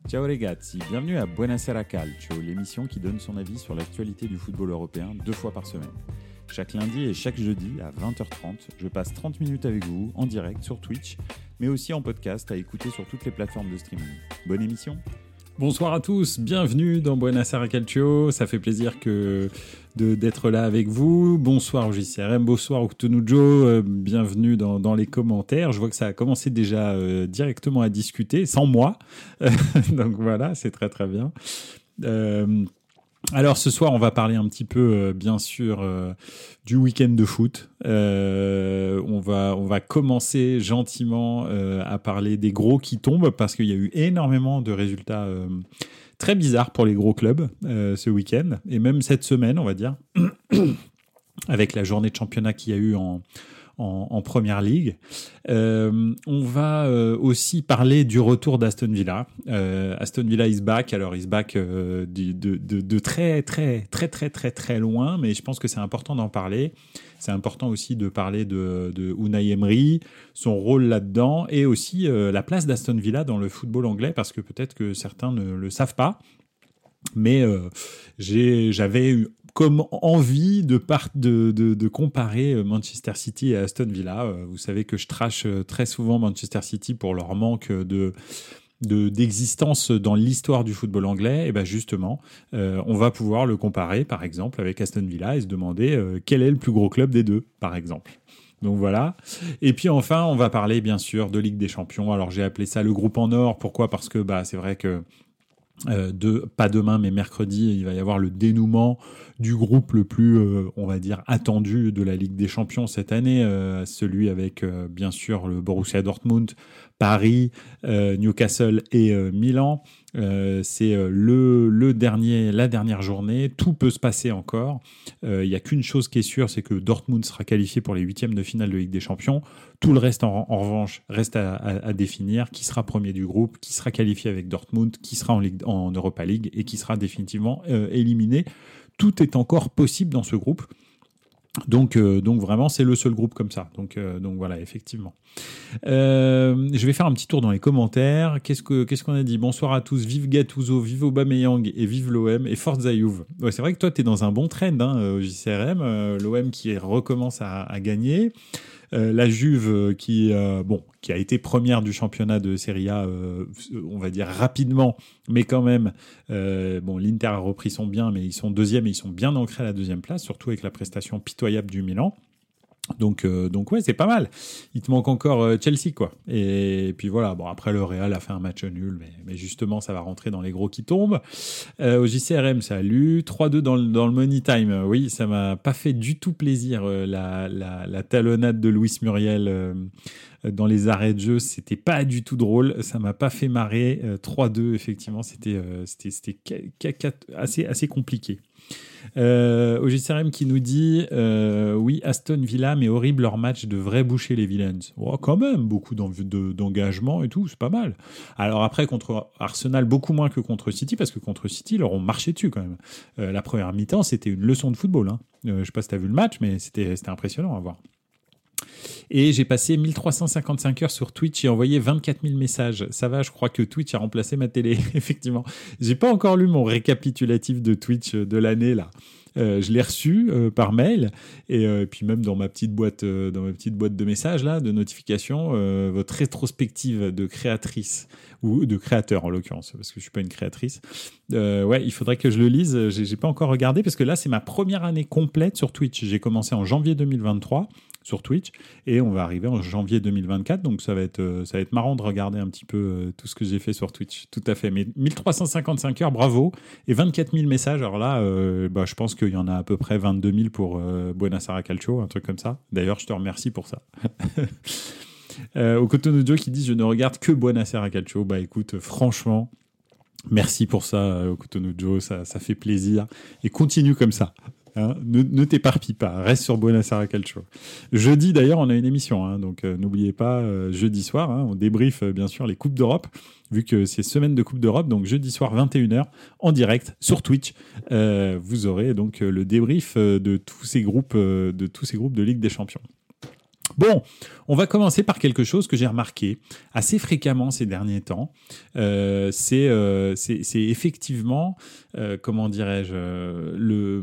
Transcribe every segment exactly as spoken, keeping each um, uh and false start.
Ciao ragazzi, bienvenue à Buonasera Calcio, l'émission qui donne son avis sur l'actualité du football européen deux fois par semaine. Chaque lundi et chaque jeudi à vingt heures trente, je passe trente minutes avec vous en direct sur Twitch, mais aussi en podcast à écouter sur toutes les plateformes de streaming. Bonne émission. Bonsoir à tous, bienvenue dans Buonasera Calcio, ça fait plaisir que de, d'être là avec vous. Bonsoir au J C R M, bonsoir au Cotonou, euh, bienvenue dans, dans les commentaires. Je vois que ça a commencé déjà euh, directement à discuter, sans moi, donc voilà, c'est très très bien. Euh, Alors ce soir, on va parler un petit peu, euh, bien sûr, euh, du week-end de foot. Euh, on va on va commencer gentiment euh, à parler des gros qui tombent parce qu'il y a eu énormément de résultats euh, très bizarres pour les gros clubs euh, ce week-end et même cette semaine, on va dire, avec la journée de championnat qu'il y a eu en En, en première ligue. Euh, on va euh, aussi parler du retour d'Aston Villa. Euh, Aston Villa is back. Alors is back euh, de, de, de, de très très très très très très loin, mais je pense que c'est important d'en parler. C'est important aussi de parler de, de Unai Emery, son rôle là-dedans, et aussi euh, la place d'Aston Villa dans le football anglais, parce que peut-être que certains ne le savent pas. Mais euh, j'ai, j'avais eu comme envie de, part, de, de, de comparer Manchester City et Aston Villa. Euh, vous savez que je trash très souvent Manchester City pour leur manque de, de, d'existence dans l'histoire du football anglais. Et bien justement, euh, on va pouvoir le comparer, par exemple, avec Aston Villa et se demander euh, quel est le plus gros club des deux, par exemple. Donc voilà. Et puis enfin, on va parler bien sûr de Ligue des Champions. Alors j'ai appelé ça le groupe en or. Pourquoi ? Parce que bah, c'est vrai que Euh, de, pas demain mais mercredi, il va y avoir le dénouement du groupe le plus, euh, on va dire, attendu de la Ligue des Champions cette année, euh, celui avec euh, bien sûr le Borussia Dortmund, Paris, euh, Newcastle et euh, Milan. Euh, c'est euh, le, le dernier, la dernière journée. Tout peut se passer encore. Il euh, n'y a qu'une chose qui est sûre, c'est que Dortmund sera qualifié pour les huitièmes de finale de Ligue des Champions. Tout le reste, en, en revanche, reste à, à, à définir. Qui sera premier du groupe, qui sera qualifié avec Dortmund, qui sera en, Ligue, en Europa League et qui sera définitivement euh, éliminé. Tout est encore possible dans ce groupe. Donc, euh, donc vraiment, c'est le seul groupe comme ça. Donc, euh, donc voilà, effectivement. Euh, je vais faire un petit tour dans les commentaires. Qu'est-ce que qu'est-ce qu'on a dit ? Bonsoir à tous. Vive Gattuso, vive Aubameyang et vive l'O M et Forza Juve. Ouais, c'est vrai que toi, t'es dans un bon trend hein, au J C R M. Euh, L'O M qui recommence à, à gagner. Euh, la Juve qui, euh, bon, qui a été première du championnat de Serie A, euh, on va dire rapidement, mais quand même, euh, bon, l'Inter a repris son bien, mais ils sont deuxième et ils sont bien ancrés à la deuxième place, surtout avec la prestation pitoyable du Milan. Donc, euh, donc ouais, c'est pas mal. Il te manque encore euh, Chelsea, quoi. Et, et puis voilà, bon, après le Real a fait un match nul, mais, mais justement, ça va rentrer dans les gros qui tombent. Euh, au J C R M, salut. trois deux dans le, dans le Money Time. Oui, ça m'a pas fait du tout plaisir, euh, la, la, la talonnade de Luis Muriel euh, dans les arrêts de jeu. C'était pas du tout drôle. Ça m'a pas fait marrer. Euh, trois deux, effectivement, c'était, euh, c'était, c'était assez, assez compliqué. Euh, au J C R M qui nous dit euh, oui, Aston Villa, mais horrible leur match, devrait boucher les Villains. Oh, quand même, beaucoup de, d'engagement et tout, c'est pas mal. Alors après, contre Arsenal, beaucoup moins que contre City, parce que contre City, ils leur ont marché dessus quand même. Euh, la première mi-temps, c'était une leçon de football. Hein. Euh, je sais pas si t'as vu le match, mais c'était, c'était impressionnant à voir. Et j'ai passé mille trois cent cinquante-cinq heures sur Twitch et envoyé vingt-quatre mille messages. Ça va, je crois que Twitch a remplacé ma télé, effectivement. J'ai pas encore lu mon récapitulatif de Twitch de l'année, là. Euh, je l'ai reçu euh, par mail et euh, puis même dans ma petite boîte, euh, dans ma petite boîte de messages là, de notifications, euh, votre rétrospective de créatrice ou de créateur en l'occurrence, parce que je suis pas une créatrice. Euh, ouais, il faudrait que je le lise. J'ai, j'ai pas encore regardé parce que là c'est ma première année complète sur Twitch. J'ai commencé en janvier deux mille vingt-trois. Sur Twitch et on va arriver en janvier deux mille vingt-quatre, donc ça va être euh, ça va être marrant de regarder un petit peu euh, tout ce que j'ai fait sur Twitch. Tout à fait, mais mille trois cent cinquante-cinq heures, bravo, et vingt-quatre mille messages. Alors là euh, bah, je pense qu'il y en a à peu près vingt-deux mille pour euh, Buonasera Calcio, un truc comme ça. D'ailleurs je te remercie pour ça. euh, au Cotonou Joe qui dit je ne regarde que Buonasera Calcio. Bah écoute, franchement merci pour ça euh, au Cotonou Joe, ça, ça fait plaisir et continue comme ça. Hein, ne, ne t'éparpille pas, reste sur Buonasera Calcio. Jeudi d'ailleurs on a une émission, hein, donc euh, n'oubliez pas, euh, jeudi soir, hein, on débriefe euh, bien sûr les Coupes d'Europe, vu que c'est semaine de Coupe d'Europe, donc jeudi soir vingt et une heures en direct sur Twitch, euh, vous aurez donc euh, le débrief euh, de tous ces groupes, euh, de tous ces groupes de Ligue des Champions. Bon, on va commencer par quelque chose que j'ai remarqué assez fréquemment ces derniers temps. Euh, c'est, euh, c'est, c'est effectivement, euh, comment dirais-je, euh, le,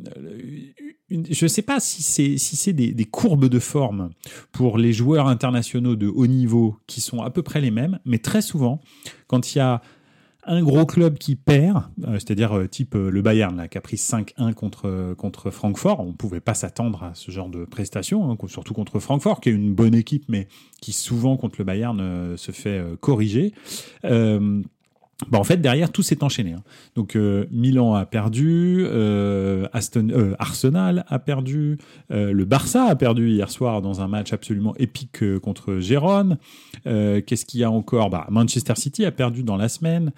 une, je ne sais pas si c'est, si c'est des, des courbes de forme pour les joueurs internationaux de haut niveau qui sont à peu près les mêmes, mais très souvent, quand il y a un gros club qui perd, euh, c'est-à-dire euh, type euh, le Bayern là, qui a pris cinq un contre, euh, contre Francfort. On ne pouvait pas s'attendre à ce genre de prestation, hein, surtout contre Francfort, qui est une bonne équipe, mais qui souvent contre le Bayern euh, se fait euh, corriger. Euh, Bah en fait, derrière, tout s'est enchaîné. Hein. Donc, euh, Milan a perdu, euh, Aston, euh, Arsenal a perdu, euh, le Barça a perdu hier soir dans un match absolument épique euh, contre Gérone. Euh, qu'est-ce qu'il y a encore ? Bah, Manchester City a perdu dans la semaine.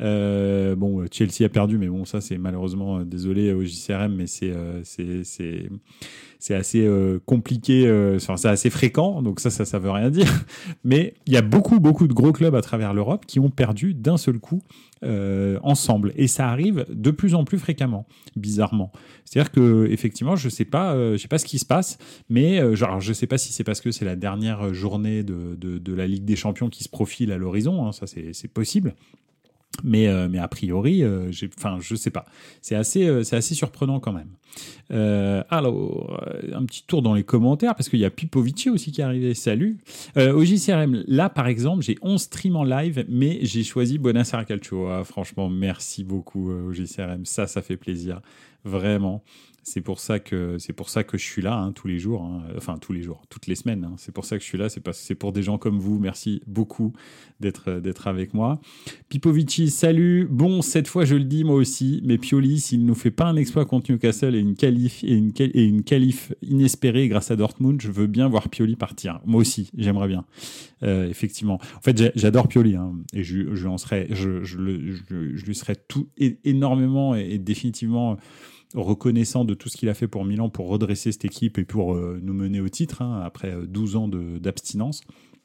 Euh, bon, Chelsea a perdu, mais bon, ça, c'est malheureusement, euh, désolé au J C R M, mais c'est, euh, c'est, c'est, c'est assez euh, compliqué, euh, enfin, c'est assez fréquent, donc ça, ça, ça veut rien dire. Mais il y a beaucoup, beaucoup de gros clubs à travers l'Europe qui ont perdu d'un seul coup euh, ensemble, et ça arrive de plus en plus fréquemment, bizarrement. C'est-à-dire que effectivement, je sais pas, euh, je sais pas ce qui se passe, mais euh, genre, je sais pas si c'est parce que c'est la dernière journée de, de, de la Ligue des Champions qui se profile à l'horizon, hein, ça c'est, c'est possible. Mais, euh, mais a priori, euh, j'ai, enfin, je sais pas. C'est assez, euh, c'est assez surprenant quand même. Euh, alors, euh, un petit tour dans les commentaires, parce qu'il y a Pipovici aussi qui est arrivé. Salut. Euh, au J C R M, là, par exemple, j'ai onze streams en live, mais j'ai choisi Buonasera Calcio. Ah, franchement, merci beaucoup euh, au J C R M. Ça, ça fait plaisir. Vraiment. C'est pour ça que c'est pour ça que je suis là hein, tous les jours, hein. Enfin tous les jours, toutes les semaines. Hein. C'est pour ça que je suis là. C'est parce que c'est pour des gens comme vous. Merci beaucoup d'être d'être avec moi. Pipovici, salut. Bon, cette fois je le dis moi aussi, mais Pioli, s'il nous fait pas un exploit contre Newcastle et une qualif et une et une qualif inespérée grâce à Dortmund, je veux bien voir Pioli partir. Moi aussi, j'aimerais bien. Euh, effectivement. En fait, j'adore Pioli hein, et je je en serais, je je, le, je je lui serais tout énormément et, et définitivement reconnaissant de tout ce qu'il a fait pour Milan pour redresser cette équipe et pour euh, nous mener au titre hein, après douze ans de, d'abstinence.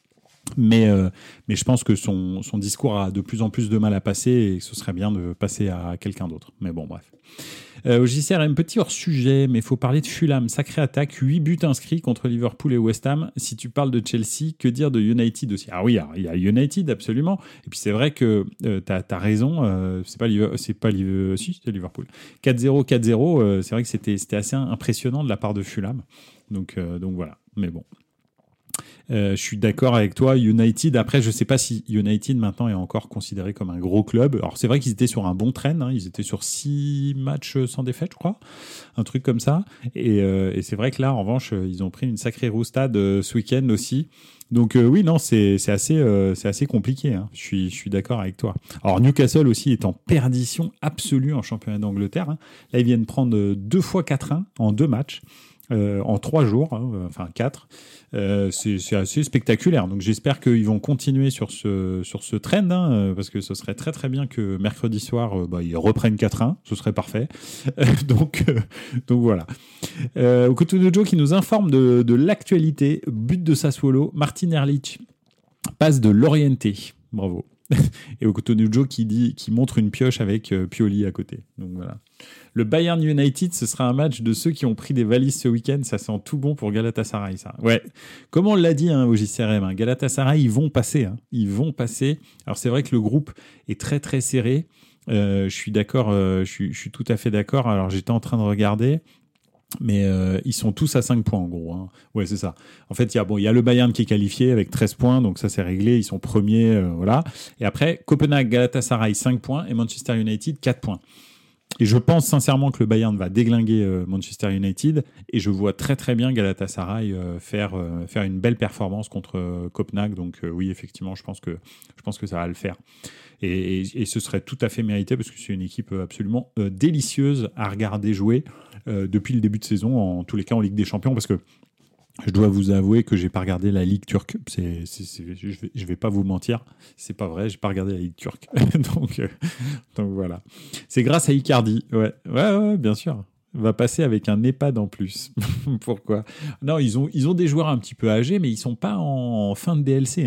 Mais, euh, mais je pense que son, son discours a de plus en plus de mal à passer et que ce serait bien de passer à quelqu'un d'autre. Mais bon, bref. Euh, au J C R M, petit hors-sujet, mais il faut parler de Fulham. Sacrée attaque, huit buts inscrits contre Liverpool et West Ham. Si tu parles de Chelsea, que dire de United aussi ? Ah oui, il y a United, absolument. Et puis c'est vrai que euh, tu as raison, euh, c'est pas, c'est pas Liverpool, si, c'était Liverpool. quatre zéro, quatre zéro, euh, c'est vrai que c'était, c'était assez impressionnant de la part de Fulham. Donc, euh, donc voilà, mais bon. Euh, je suis d'accord avec toi. United, après, je sais pas si United maintenant est encore considéré comme un gros club. Alors c'est vrai qu'ils étaient sur un bon train, hein. Ils étaient sur six matchs sans défaite, je crois, un truc comme ça. Et, euh, et c'est vrai que là, en revanche, ils ont pris une sacrée roustade euh, ce week-end aussi. Donc euh, oui, non, c'est c'est assez euh, c'est assez compliqué. Hein. Je suis je suis d'accord avec toi. Alors Newcastle aussi est en perdition absolue en championnat d'Angleterre. Hein. Là, ils viennent prendre deux fois quatre un en deux matchs. Euh, en trois jours, hein, enfin quatre, euh, c'est, c'est assez spectaculaire. Donc j'espère qu'ils vont continuer sur ce sur ce trend, hein, parce que ce serait très très bien que mercredi soir, euh, bah, ils reprennent quatre un, ce serait parfait. donc euh, donc voilà. Euh, Okutunojo qui nous informe de, de l'actualité, but de Sassuolo, Martin Erlich passe de Loriente, bravo. Et Okutunojo qui dit, qui montre une pioche avec euh, Pioli à côté. Donc voilà. Le Bayern United, ce sera un match de ceux qui ont pris des valises ce week-end. Ça sent tout bon pour Galatasaray, ça. Ouais. Comme on l'a dit hein, au J C R M, hein, Galatasaray, ils vont passer. Hein. Ils vont passer. Alors c'est vrai que le groupe est très très serré. Euh, je suis d'accord. Euh, je suis, je suis tout à fait d'accord. Alors j'étais en train de regarder. Mais euh, ils sont tous à cinq points en gros. Hein. Ouais, c'est ça. En fait, il y a bon, il y a le Bayern qui est qualifié avec treize points, donc ça c'est réglé. Ils sont premiers, euh, voilà. Et après, Copenhague, Galatasaray cinq points et Manchester United quatre points. Et je pense sincèrement que le Bayern va déglinguer euh, Manchester United et je vois très très bien Galatasaray euh, faire euh, faire une belle performance contre euh, Copenhague. Donc euh, oui, effectivement, je pense que je pense que ça va le faire. Et, et, et ce serait tout à fait mérité parce que c'est une équipe absolument euh, délicieuse à regarder jouer euh, depuis le début de saison, en tous les cas en Ligue des Champions, parce que je dois vous avouer que j'ai pas regardé la Ligue turque. C'est, c'est, c'est, je vais, je vais pas vous mentir, c'est pas vrai. J'ai pas regardé la Ligue turque. donc, euh, donc voilà. C'est grâce à Icardi. Ouais, ouais, ouais, bien sûr. Va passer avec un EHPAD en plus. Pourquoi ? Non, ils ont, ils ont des joueurs un petit peu âgés, mais ils sont pas en fin de D L C. Hein.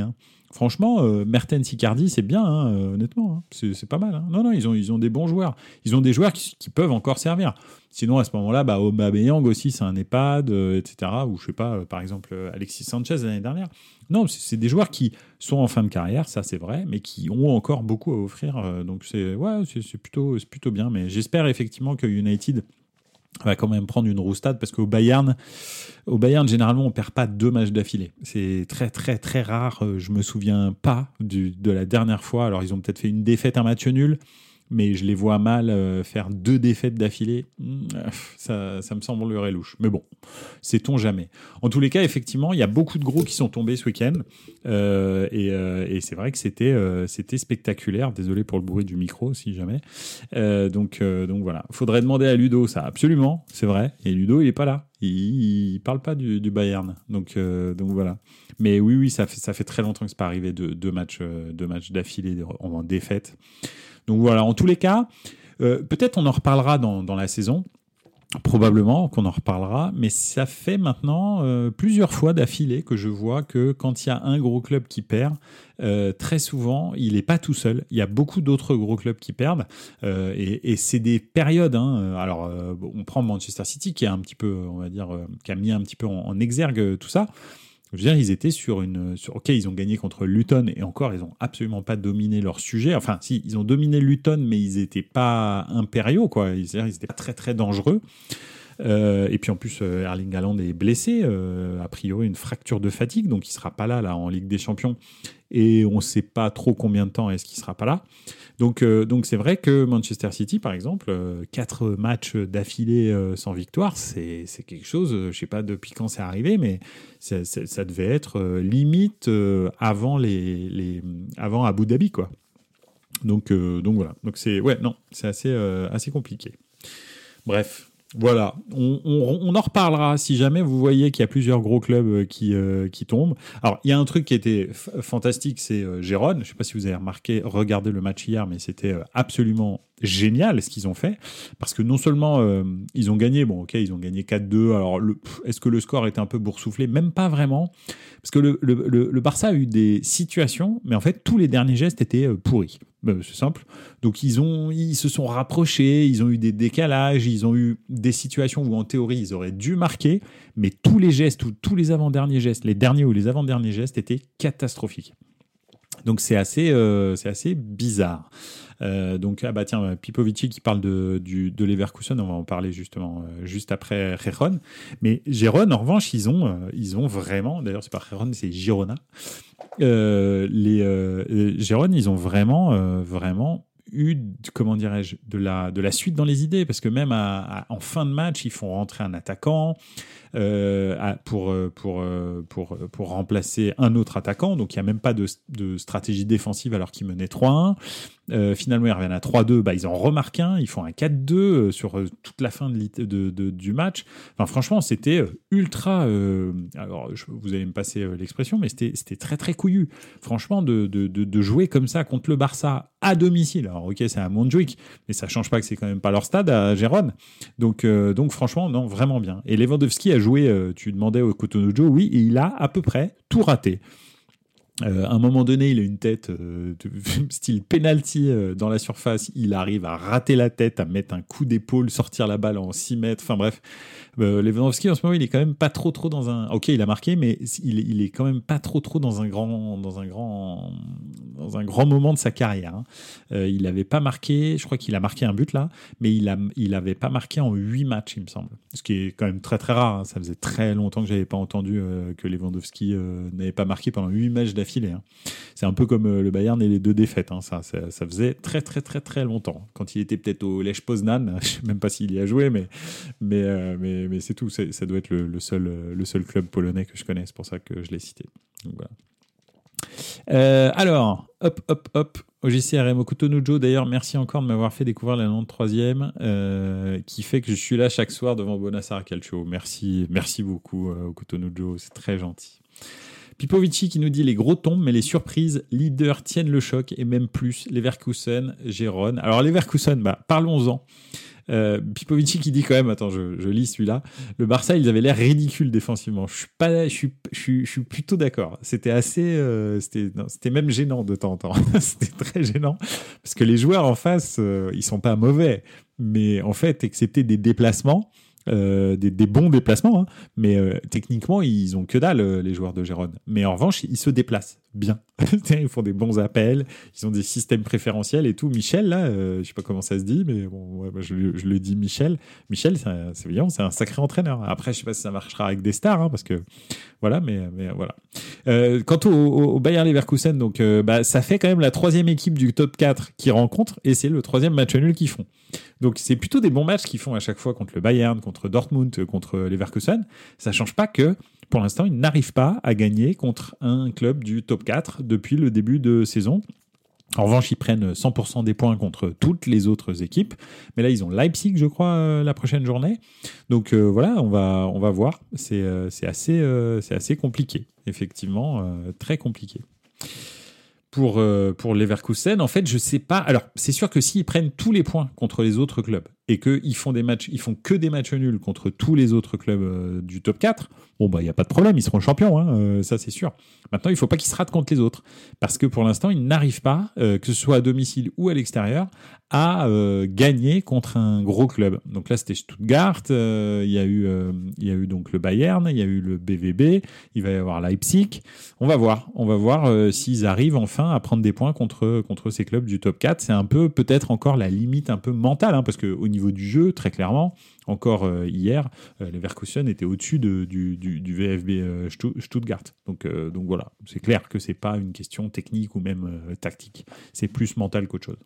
Franchement, euh, Mertens, Icardi, c'est bien, hein, euh, honnêtement. Hein. C'est, c'est pas mal. Hein. Non, non, ils ont, ils ont des bons joueurs. Ils ont des joueurs qui, qui peuvent encore servir. Sinon, à ce moment-là, bah, Aubameyang aussi, c'est un EHPAD, euh, et cetera. Ou je sais pas, euh, par exemple, euh, Alexis Sanchez l'année dernière. Non, c'est, c'est des joueurs qui sont en fin de carrière, ça c'est vrai, mais qui ont encore beaucoup à offrir. Euh, donc c'est, ouais, c'est, c'est, plutôt, c'est plutôt bien. Mais j'espère effectivement que United va quand même prendre une roustade parce qu'au Bayern, au Bayern généralement on perd pas deux matchs d'affilée. C'est très très très rare. Je me souviens pas du, de la dernière fois. Alors ils ont peut-être fait une défaite, un match nul, mais je les vois mal euh, faire deux défaites d'affilée. Ça, ça me semblerait louche. Mais bon, sait-on jamais. En tous les cas, effectivement, il y a beaucoup de gros qui sont tombés ce week-end. Euh, et, euh, et c'est vrai que c'était, euh, c'était spectaculaire. Désolé pour le bruit du micro, si jamais. Euh, donc, euh, donc voilà. Faudrait demander à Ludo ça, absolument, c'est vrai. Et Ludo, il est pas là. Il, il parle pas du, du Bayern. Donc, euh, donc voilà. Mais oui, oui, ça fait, ça fait très longtemps que c'est pas arrivé deux, deux matchs, euh, deux matchs d'affilée en, en défaite. Donc voilà, en tous les cas, euh, peut-être on en reparlera dans, dans la saison, probablement qu'on en reparlera, mais ça fait maintenant euh, plusieurs fois d'affilée que je vois que quand il y a un gros club qui perd, euh, très souvent, il n'est pas tout seul. Il y a beaucoup d'autres gros clubs qui perdent, euh, et, et c'est des périodes. Hein. Alors, euh, on prend Manchester City qui a un petit peu, on va dire, euh, qui a mis un petit peu en, en exergue tout ça. Je veux dire, ils étaient sur une... Sur, ok, ils ont gagné contre Luton, et encore, ils n'ont absolument pas dominé leur sujet. Enfin, si, ils ont dominé Luton, mais ils n'étaient pas impériaux, quoi. Ils n'étaient pas très, très dangereux. Euh, et puis en plus, euh, Erling Haaland est blessé, euh, a priori une fracture de fatigue, donc il ne sera pas là, là en Ligue des Champions. Et on ne sait pas trop combien de temps est-ce qu'il ne sera pas là. Donc, euh, donc c'est vrai que Manchester City, par exemple, euh, quatre matchs d'affilée euh, sans victoire, c'est, c'est quelque chose, euh, je ne sais pas depuis quand c'est arrivé, mais ça, ça, ça devait être euh, limite euh, avant, les, les, avant Abu Dhabi, quoi. Donc, euh, donc voilà. Donc c'est, ouais, non, c'est assez, euh, assez compliqué. Bref. Voilà, on, on, on en reparlera si jamais vous voyez qu'il y a plusieurs gros clubs qui, euh, qui tombent. Alors, il y a un truc qui était f- fantastique, c'est euh, Gérone. Je ne sais pas si vous avez remarqué, regardé le match hier, mais c'était euh, absolument génial ce qu'ils ont fait. Parce que non seulement euh, ils ont gagné, bon ok, ils ont gagné quatre deux. Alors, le, pff, est-ce que le score était un peu boursouflé ? Même pas vraiment. Parce que le, le, le, le Barça a eu des situations, mais en fait, tous les derniers gestes étaient euh, pourris. Ben, c'est simple. Donc ils ont, ils se sont rapprochés, ils ont eu des décalages, ils ont eu des situations où en théorie ils auraient dû marquer, mais tous les gestes ou tous les avant-derniers gestes, les derniers ou les avant-derniers gestes étaient catastrophiques. Donc c'est assez, euh, c'est assez bizarre. Euh, donc ah bah tiens, Pipovici qui parle de du de Leverkusen, on va en parler justement euh, juste après Gérone. Mais Gérone en revanche, ils ont euh, ils ont vraiment, d'ailleurs c'est pas Gérone, c'est Girona. Euh, les euh, Gérone, ils ont vraiment euh, vraiment eu, comment dirais-je, de la de la suite dans les idées, parce que même à, à, en fin de match, ils font rentrer un attaquant. Euh, à, pour, pour, pour, pour remplacer un autre attaquant. Donc, il n'y a même pas de, de stratégie défensive alors qu'ils menaient trois un. Euh, finalement, ils reviennent à trois deux. Bah, ils en remarquent un. Ils font un quatre deux sur toute la fin de, de, de, du match. Enfin, franchement, c'était ultra... Euh, alors, je, vous allez me passer l'expression, mais c'était, c'était très, très couillu. Franchement, de, de, de, de jouer comme ça contre le Barça à domicile. Alors, ok, c'est à Montjuic, mais ça ne change pas que c'est quand même pas leur stade à Gérone. Donc, euh, donc franchement, non, vraiment bien. Et Lewandowski a joué, euh, tu demandais au Cotonou, oui, et il a à peu près tout raté. Euh, à un moment donné, il a une tête euh, de, style penalty euh, dans la surface. Il arrive à rater la tête, à mettre un coup d'épaule, sortir la balle en six mètres. Enfin bref, euh, Lewandowski en ce moment, il est quand même pas trop trop dans un. Ok, il a marqué, mais il, il est quand même pas trop trop dans un grand dans un grand dans un grand moment de sa carrière. Hein. Euh, il n'avait pas marqué. Je crois qu'il a marqué un but là, mais il a il avait pas marqué en huit matchs, il me semble. Ce qui est quand même très très rare. Hein. Ça faisait très longtemps que j'avais pas entendu euh, que Lewandowski euh, n'avait pas marqué pendant huit matchs d'affilée. Hein. C'est un peu comme euh, le Bayern et les deux défaites. Hein. Ça, ça, ça faisait très très très très longtemps. Quand il était peut-être au Lech Poznan, je sais même pas s'il y a joué, mais mais euh, mais, mais c'est tout. C'est, ça doit être le, le seul le seul club polonais que je connais. C'est pour ça que je l'ai cité. Donc, voilà. Euh, alors, hop hop hop. O G C R M Okutonujo, d'ailleurs, merci encore de m'avoir fait découvrir la quatre-vingt-treizième, euh, qui fait que je suis là chaque soir devant Bonassara Calcio. Merci, merci beaucoup, euh, Okutonujo, c'est très gentil. Pipovici qui nous dit les gros tombent, mais les surprises leaders tiennent le choc et même plus. Leverkusen, Gérone. Alors Leverkusen, bah, parlons-en. Euh, Pipovici qui dit quand même, attends, je, je lis celui-là, le Barça, ils avaient l'air ridicules défensivement. Je suis pas, je suis, je suis, je suis plutôt d'accord. C'était assez, euh, c'était, non, c'était même gênant de temps en temps. C'était très gênant parce que les joueurs en face, euh, ils sont pas mauvais, mais en fait, excepté des déplacements. Euh, des, des bons déplacements, hein, mais euh, techniquement ils ont que dalle euh, les joueurs de Gérone. Mais en revanche ils se déplacent bien. Ils font des bons appels, ils ont des systèmes préférentiels et tout. Michel là, euh, je sais pas comment ça se dit, mais bon, ouais, bah, je, je le dis Michel. Michel, c'est, un, c'est évident, c'est un sacré entraîneur. Après je sais pas si ça marchera avec des stars, hein, parce que voilà, mais, mais voilà. Euh, quant au, au Bayer Leverkusen, donc euh, bah, ça fait quand même la troisième équipe du top quatre qui rencontre et c'est le troisième match nul qu'ils font. Donc c'est plutôt des bons matchs qu'ils font à chaque fois contre le Bayern, contre Dortmund, contre Leverkusen. Ça change pas que pour l'instant ils n'arrivent pas à gagner contre un club du top quatre depuis le début de saison. En revanche, ils prennent cent pour cent des points contre toutes les autres équipes. Mais là, ils ont Leipzig, je crois, euh, la prochaine journée. Donc euh, voilà, on va, on va voir. C'est, euh, c'est, assez, euh, c'est assez compliqué, effectivement, euh, très compliqué. Pour, euh, pour Leverkusen, en fait, je sais pas. Alors, c'est sûr que s'ils prennent tous les points contre les autres clubs et qu'ils font des matchs, ils font que des matchs nuls contre tous les autres clubs euh, du top quatre, bon, bah, il n'y a pas de problème, ils seront champions, hein, euh, ça c'est sûr. Maintenant, il ne faut pas qu'ils se ratent contre les autres. Parce que pour l'instant, ils n'arrivent pas, euh, que ce soit à domicile ou à l'extérieur, à euh, gagner contre un gros club. Donc là, c'était Stuttgart, euh, il y a eu, euh, il y a eu donc le Bayern, il y a eu le B V B, il va y avoir Leipzig. On va voir, on va voir euh, s'ils arrivent enfin à prendre des points contre, contre ces clubs du top quatre. C'est un peu, peut-être encore la limite un peu mentale, hein, parce qu'au niveau du jeu, très clairement, encore euh, hier, euh, Leverkusen était au-dessus de, du, du, du V F B euh, Stuttgart. Donc, euh, donc voilà, c'est clair que c'est pas une question technique ou même euh, tactique. C'est plus mental qu'autre chose.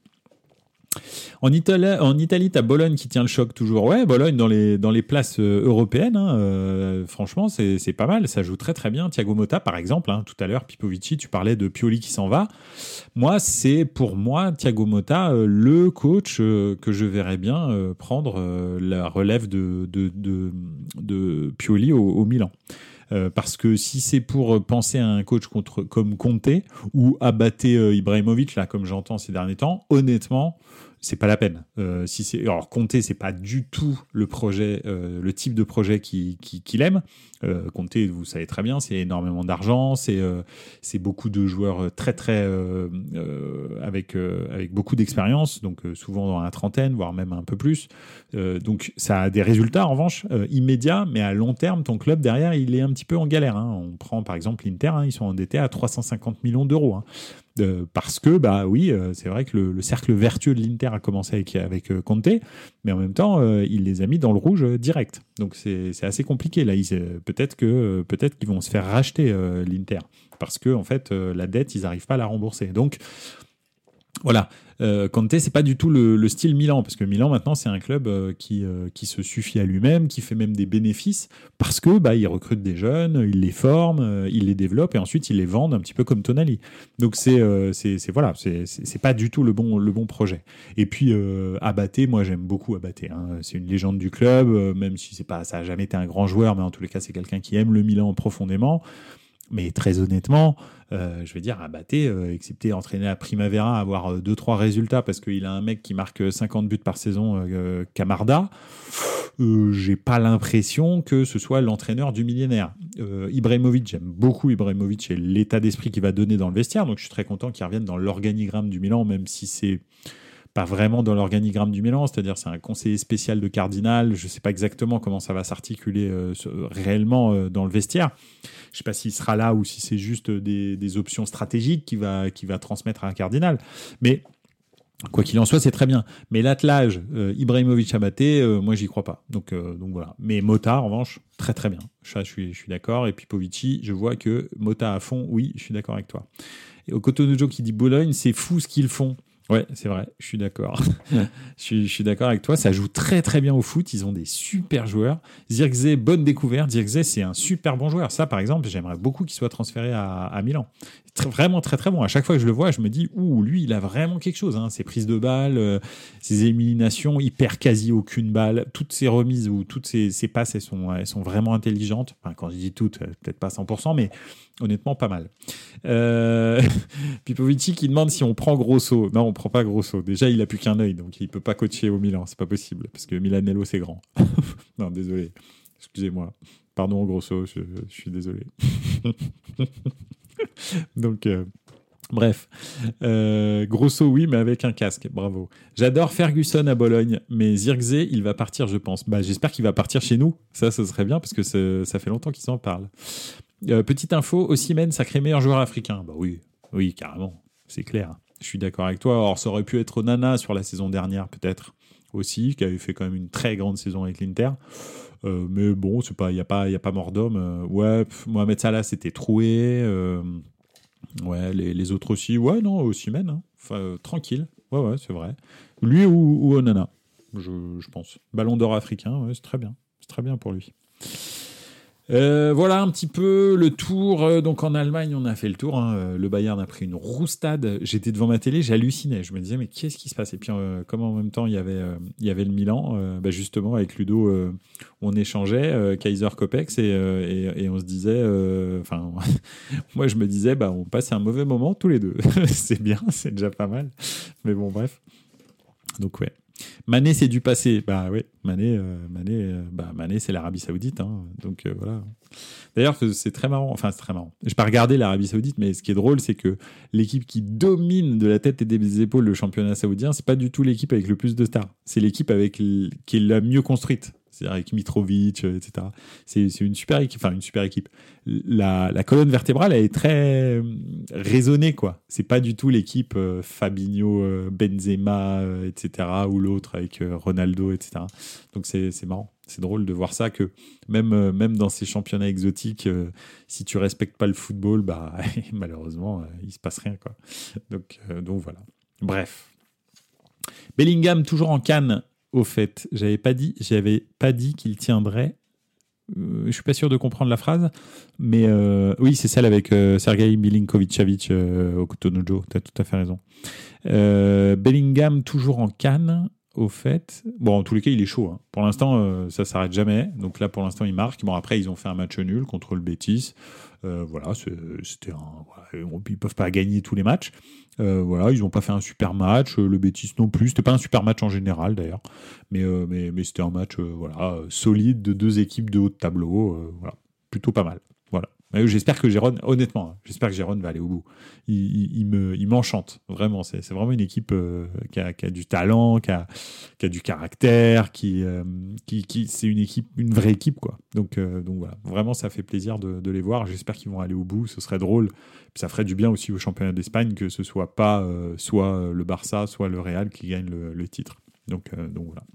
En Italie, en Italie, t'as Bologne qui tient le choc toujours. Ouais, Bologne dans les dans les places euh, européennes. Hein, euh, franchement, c'est c'est pas mal. Ça joue très très bien. Thiago Motta, par exemple. Hein, tout à l'heure, Pipovici, tu parlais de Pioli qui s'en va. Moi, c'est pour moi Thiago Motta euh, le coach euh, que je verrais bien euh, prendre euh, la relève de de de, de Pioli au, au Milan. Euh, parce que si c'est pour penser à un coach contre, comme Conte ou abattre euh, Ibrahimovic, là, comme j'entends ces derniers temps, honnêtement, c'est pas la peine. Euh, si c'est, alors Conte, c'est pas du tout le projet, euh, le type de projet qu'il, qu'il, qu'il aime. Euh, Conte, vous savez très bien, c'est énormément d'argent, c'est, euh, c'est beaucoup de joueurs très très euh, euh, avec euh, avec beaucoup d'expérience, donc euh, souvent dans la trentaine, voire même un peu plus. Euh, donc ça a des résultats en revanche euh, immédiats, mais à long terme, ton club derrière, il est un petit peu en galère. Hein. On prend par exemple l'Inter, hein, ils sont endettés à trois cent cinquante millions d'euros. Hein. Euh, parce que bah oui, euh, c'est vrai que le, le cercle vertueux de l'Inter a commencé avec avec euh, Conte, mais en même temps, euh, il les a mis dans le rouge euh, direct. Donc c'est c'est assez compliqué là. Ils, euh, peut-être que euh, peut-être qu'ils vont se faire racheter euh, l'Inter parce que en fait euh, la dette, ils n'arrivent pas à la rembourser. Donc voilà, euh, Conte, c'est pas du tout le, le style Milan, parce que Milan maintenant c'est un club euh, qui euh, qui se suffit à lui-même, qui fait même des bénéfices parce que bah il recrute des jeunes, il les forme, euh, il les développe et ensuite il les vend un petit peu comme Tonali. Donc c'est euh, c'est c'est voilà, c'est, c'est c'est pas du tout le bon le bon projet. Et puis euh, Abaté, moi j'aime beaucoup Abaté. Hein. C'est une légende du club, euh, même si c'est pas ça a jamais été un grand joueur, mais en tous les cas c'est quelqu'un qui aime le Milan profondément. Mais très honnêtement, euh, je vais dire, Abaté, euh, excepté entraîner à Primavera, avoir deux trois résultats parce qu'il a un mec qui marque cinquante buts par saison, euh, Camarda, euh, j'ai pas l'impression que ce soit l'entraîneur du millénaire. Euh, Ibrahimovic, j'aime beaucoup Ibrahimovic et l'état d'esprit qu'il va donner dans le vestiaire, donc je suis très content qu'il revienne dans l'organigramme du Milan, même si c'est pas vraiment dans l'organigramme du Milan, c'est-à-dire c'est un conseiller spécial de Cardinal, je sais pas exactement comment ça va s'articuler euh, réellement euh, dans le vestiaire. Je sais pas s'il sera là ou si c'est juste des, des options stratégiques qu'il va, qu'il va transmettre à un Cardinal. Mais quoi qu'il en soit, c'est très bien. Mais l'attelage euh, Ibrahimovic Abaté, euh, moi j'y crois pas. Donc, euh, donc voilà. Mais Motta, en revanche, très très bien. Ça, je suis, je suis d'accord. Et puis Pipovici, je vois que Motta à fond, oui, je suis d'accord avec toi. Et au Cotonou qui dit Bologne, c'est fou ce qu'ils font. Ouais, c'est vrai, je suis d'accord. je, suis, je suis d'accord avec toi, ça joue très très bien au foot, ils ont des super joueurs. Zirkzee, bonne découverte, Zirkzee c'est un super bon joueur. Ça par exemple, j'aimerais beaucoup qu'il soit transféré à, à Milan. très, vraiment très très bon. À chaque fois que je le vois, je me dis, ouh, lui, il a vraiment quelque chose. Hein. Ses prises de balles, euh, ses éliminations, il perd quasi aucune balle. Toutes ses remises ou toutes ses, ses passes, elles sont, elles sont vraiment intelligentes. Enfin, quand je dis toutes, peut-être pas cent pour cent, mais honnêtement, pas mal. Euh... Pipovici qui demande si on prend Grosso. Non, on prend pas Grosso. Déjà, il a plus qu'un œil, donc il peut pas coacher au Milan. C'est pas possible, parce que Milanello, c'est grand. Non, désolé. Excusez-moi. Pardon, Grosso, je, je suis désolé. Donc, euh, bref. Euh, Grosso, oui, mais avec un casque. Bravo. J'adore Ferguson à Bologne, mais Zirkzee, il va partir, je pense. Bah, j'espère qu'il va partir chez nous. Ça, ce serait bien, parce que ça fait longtemps qu'ils s'en parlent. Euh, petite info, Osimhen, sacré meilleur joueur africain. Bah oui, oui, carrément. C'est clair. Je suis d'accord avec toi. Alors, ça aurait pu être Onana sur la saison dernière, peut-être, aussi, qui avait fait quand même une très grande saison avec l'Inter. Euh, mais bon, c'est pas, il y a pas, il y a pas mort d'homme. Euh, ouais, pff, Mohamed Salah c'était troué. Euh, ouais, les, les autres aussi. Ouais, non, Osimhen. Hein. Enfin, euh, tranquille. Ouais, ouais, c'est vrai. Lui ou, ou Onana, je, je pense. Ballon d'or africain, ouais, c'est très bien. C'est très bien pour lui. Euh, voilà un petit peu le tour. Donc en Allemagne, on a fait le tour. Hein. Le Bayern a pris une roustade. J'étais devant ma télé, j'hallucinais. Je me disais, mais qu'est-ce qui se passe? Et puis, euh, comme en même temps, il y avait, euh, il y avait le Milan, euh, bah justement, avec Ludo, euh, on échangeait euh, Kaiser Kopex et, euh, et, et on se disait, enfin, euh, moi, je me disais, bah, on passe un mauvais moment tous les deux. C'est bien, c'est déjà pas mal. Mais bon, bref. Donc, ouais. Mané, c'est du passé. Bah oui, Mané, euh, Mané, euh, bah, Mané, c'est l'Arabie Saoudite. Hein. Donc euh, voilà. D'ailleurs, c'est très marrant. Enfin, c'est très marrant. Je n'ai pas regardé l'Arabie Saoudite, mais ce qui est drôle, c'est que l'équipe qui domine de la tête et des épaules le championnat saoudien, c'est pas du tout l'équipe avec le plus de stars. C'est l'équipe avec l... qui est la mieux construite. C'est-à-dire avec Mitrovic, et cetera. C'est, c'est une super équipe. Enfin, une super équipe. La, la colonne vertébrale, elle est très raisonnée, quoi. C'est pas du tout l'équipe euh, Fabinho, euh, Benzema, euh, et cetera, ou l'autre avec euh, Ronaldo, et cetera. Donc c'est, c'est marrant. C'est drôle de voir ça, que même, euh, même dans ces championnats exotiques, euh, si tu respectes pas le football, bah, malheureusement, euh, il se passe rien, quoi. Donc, euh, donc voilà. Bref. Bellingham, toujours en Cannes. Au fait, j'avais pas dit, j'avais pas dit qu'il tiendrait. Euh, je suis pas sûr de comprendre la phrase, mais euh, oui, c'est celle avec euh, Sergei Milinkovic-Savic euh, au Cotonou. T'as tout à fait raison. Euh, Bellingham toujours en Cannes. Au fait, bon, en tous les cas, il est chaud. Hein. Pour l'instant, euh, ça s'arrête jamais. Donc là, pour l'instant, il marque. Bon, après, ils ont fait un match nul contre le Betis. Euh, voilà, c'est, c'était un. Voilà, ils peuvent pas gagner tous les matchs. Euh, voilà, ils n'ont pas fait un super match. Le Betis non plus. C'était pas un super match en général d'ailleurs, mais euh, mais mais c'était un match euh, voilà solide de deux équipes de haut de tableau. Euh, voilà, plutôt pas mal. Voilà. Mais j'espère que Gérone, honnêtement, hein, j'espère que Gérone va aller au bout. Il, il, il me, il m'enchante vraiment. C'est, c'est vraiment une équipe euh, qui, a, qui a du talent, qui a, qui a du caractère, qui, euh, qui, qui, c'est une équipe, une vraie équipe quoi. Donc, euh, donc voilà, vraiment, ça fait plaisir de, de les voir. J'espère qu'ils vont aller au bout. Ce serait drôle. Puis ça ferait du bien aussi au championnat d'Espagne que ce soit pas euh, soit le Barça, soit le Real qui gagne le, le titre. Donc, euh, donc voilà.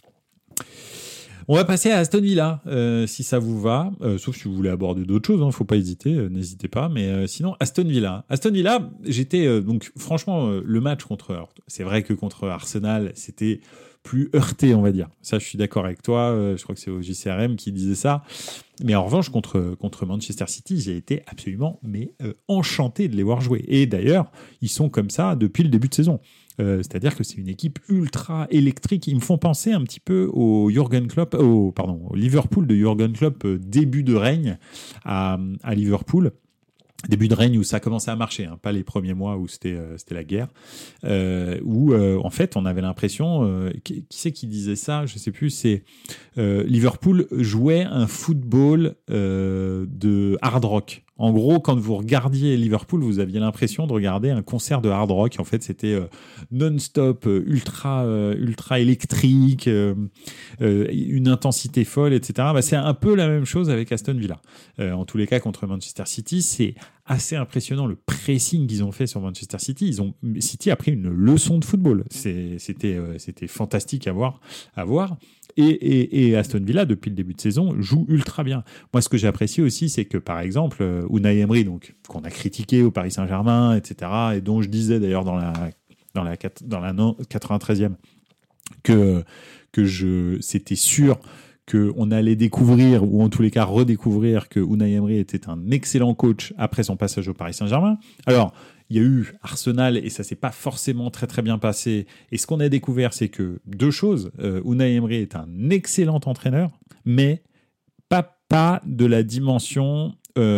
On va passer à Aston Villa, euh, si ça vous va, euh, sauf si vous voulez aborder d'autres choses, hein, faut pas hésiter, euh, n'hésitez pas. Mais euh, sinon, Aston Villa. Aston Villa, j'étais euh, donc franchement euh, le match contre, alors, c'est vrai que contre Arsenal, c'était plus heurté, on va dire. Ça, je suis d'accord avec toi. Euh, je crois que c'est au J C R M qui disait ça. Mais en revanche, contre contre Manchester City, j'ai été absolument mais euh, enchanté de les voir jouer. Et d'ailleurs, ils sont comme ça depuis le début de saison. Euh, c'est-à-dire que c'est une équipe ultra électrique. Ils me font penser un petit peu au Jürgen Klopp, au, pardon, au Liverpool de Jürgen Klopp, euh, début de règne à, à Liverpool. Début de règne où ça commençait à marcher, hein, pas les premiers mois où c'était, euh, c'était la guerre, euh, où euh, en fait on avait l'impression, euh, qui, qui c'est qui disait ça, je sais plus, c'est euh, Liverpool jouait un football euh, de hard rock. En gros, quand vous regardiez Liverpool, vous aviez l'impression de regarder un concert de hard rock. En fait, c'était euh, non-stop, euh, ultra, euh, ultra électrique, euh, euh, une intensité folle, et cetera. Bah, c'est un peu la même chose avec Aston Villa. Euh, en tous les cas, contre Manchester City, c'est assez impressionnant le pressing qu'ils ont fait sur Manchester City. Ils ont, City a pris une leçon de football. C'est, c'était, euh, c'était fantastique à voir. À voir. Et, et, et Aston Villa, depuis le début de saison, joue ultra bien. Moi, ce que j'ai apprécié aussi, c'est que, par exemple, euh, Unai Emery, donc, qu'on a critiqué au Paris Saint-Germain, et cetera, et dont je disais d'ailleurs dans la, dans la, dans la quatre-vingt-treizième que, que je, c'était sûr qu'on allait découvrir, ou en tous les cas redécouvrir, que Unai Emery était un excellent coach après son passage au Paris Saint-Germain. Alors, il y a eu Arsenal et ça s'est pas forcément très très bien passé. Et ce qu'on a découvert, c'est que deux choses. Euh, Unai Emery est un excellent entraîneur, mais pas, pas de la dimension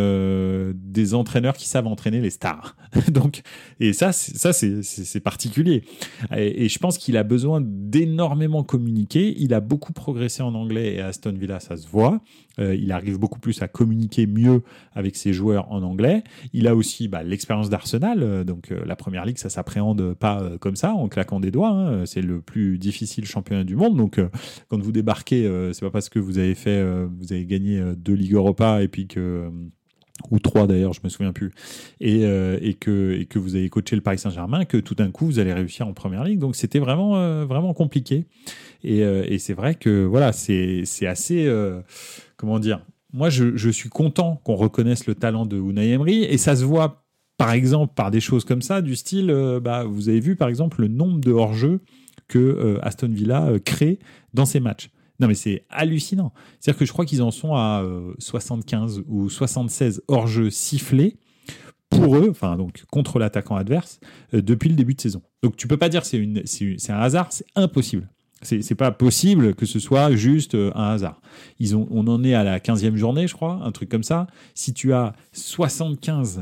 euh, des entraîneurs qui savent entraîner les stars. Donc, et ça, c'est, ça c'est, c'est, c'est particulier. Et, et je pense qu'il a besoin d'énormément communiquer. Il a beaucoup progressé en anglais et à Aston Villa, ça se voit. Euh, il arrive beaucoup plus à communiquer mieux avec ses joueurs en anglais. Il a aussi bah, l'expérience d'Arsenal. Euh, donc euh, la Première Ligue, ça s'appréhende pas euh, comme ça, en claquant des doigts. Hein. C'est le plus difficile championnat du monde. Donc euh, quand vous débarquez, euh, c'est pas parce que vous avez fait, euh, vous avez gagné euh, deux Ligues Europa et puis que euh, ou trois d'ailleurs, je me souviens plus, et, euh, et, que, et que vous avez coaché le Paris Saint-Germain, que tout d'un coup vous allez réussir en Première Ligue. Donc c'était vraiment, euh, vraiment compliqué. Et, euh, et c'est vrai que voilà, c'est, c'est assez, euh, comment dire, moi je, je suis content qu'on reconnaisse le talent de Unai Emery, et ça se voit par exemple par des choses comme ça, du style, euh, bah, vous avez vu par exemple le nombre de hors-jeux que euh, Aston Villa euh, crée dans ses matchs. Non mais c'est hallucinant. C'est-à-dire que je crois qu'ils en sont à euh, soixante-quinze ou soixante-seize hors-jeu sifflés pour eux, enfin donc contre l'attaquant adverse, euh, depuis le début de saison. Donc tu peux pas dire que c'est, une, c'est, c'est un hasard, c'est impossible. C'est, c'est pas possible que ce soit juste euh, un hasard. Ils ont, on en est à la quinzième journée, je crois, un truc comme ça. Si tu as soixante-quinze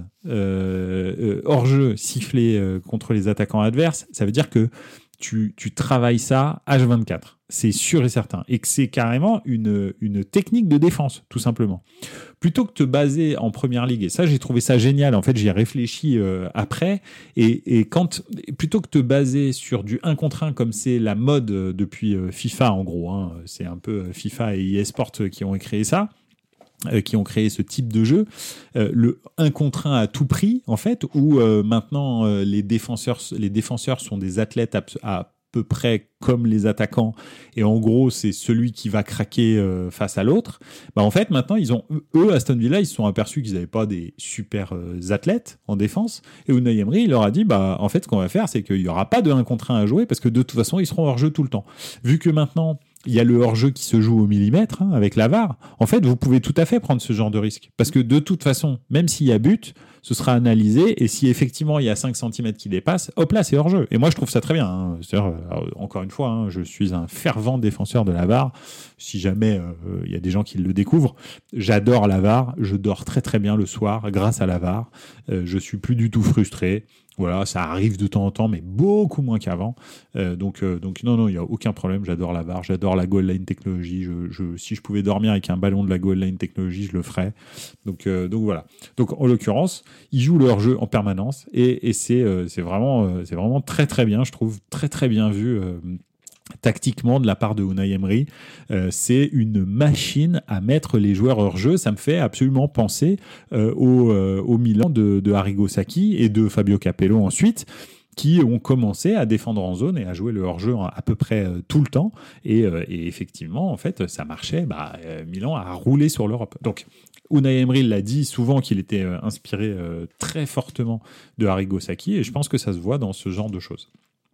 euh, euh, hors-jeu sifflés euh, contre les attaquants adverses, ça veut dire que tu, tu travailles ça H vingt-quatre. C'est sûr et certain. Et que c'est carrément une, une technique de défense, tout simplement. Plutôt que de te baser en Première Ligue, et ça, j'ai trouvé ça génial. En fait, j'y ai réfléchi euh, après. Et, et quand, plutôt que de te baser sur du un contre un, comme c'est la mode euh, depuis euh, FIFA, en gros, hein, c'est un peu FIFA et eSport qui ont créé ça, euh, qui ont créé ce type de jeu, euh, le un contre un à tout prix, en fait, où euh, maintenant euh, les défenseurs, les défenseurs sont des athlètes à, à peu près comme les attaquants, et en gros c'est celui qui va craquer euh, face à l'autre. Bah en fait maintenant ils ont eux Aston Villa ils se sont aperçus qu'ils n'avaient pas des super euh, athlètes en défense, et Unai Emery il leur a dit bah en fait ce qu'on va faire c'est qu'il y aura pas de un contre un à jouer parce que de toute façon ils seront hors jeu tout le temps. Vu que maintenant il y a le hors-jeu qui se joue au millimètre hein, avec la V A R. En fait, vous pouvez tout à fait prendre ce genre de risque. Parce que de toute façon, même s'il y a but, ce sera analysé. Et si effectivement il y a cinq centimètres qui dépassent, hop là, c'est hors-jeu. Et moi, je trouve ça très bien. Hein. C'est-à-dire, euh, encore une fois, hein, je suis un fervent défenseur de la V A R. Si jamais euh, il y a des gens qui le découvrent, j'adore la V A R. Je dors très très bien le soir grâce à la V A R. Euh, je suis plus du tout frustré. Voilà, ça arrive de temps en temps, mais beaucoup moins qu'avant. Euh, donc, euh, donc non, non, il n'y a aucun problème. J'adore la V A R, j'adore la goal line technologie. Je, je, si je pouvais dormir avec un ballon de la goal line technologie, je le ferais. Donc, euh, donc voilà. Donc en l'occurrence, ils jouent leur jeu en permanence et, et c'est, euh, c'est vraiment, euh, c'est vraiment très très bien. Je trouve très très bien vu. Euh, tactiquement de la part de Unai Emery, euh, c'est une machine à mettre les joueurs hors jeu. Ça me fait absolument penser euh, au, euh, au Milan de, de Arrigo Sacchi et de Fabio Capello ensuite, qui ont commencé à défendre en zone et à jouer le hors-jeu à peu près euh, tout le temps. Et, euh, et effectivement, en fait, ça marchait. Bah, euh, Milan a roulé sur l'Europe. Donc, Unai Emery l'a dit souvent qu'il était euh, inspiré euh, très fortement de Arrigo Sacchi, et je pense que ça se voit dans ce genre de choses.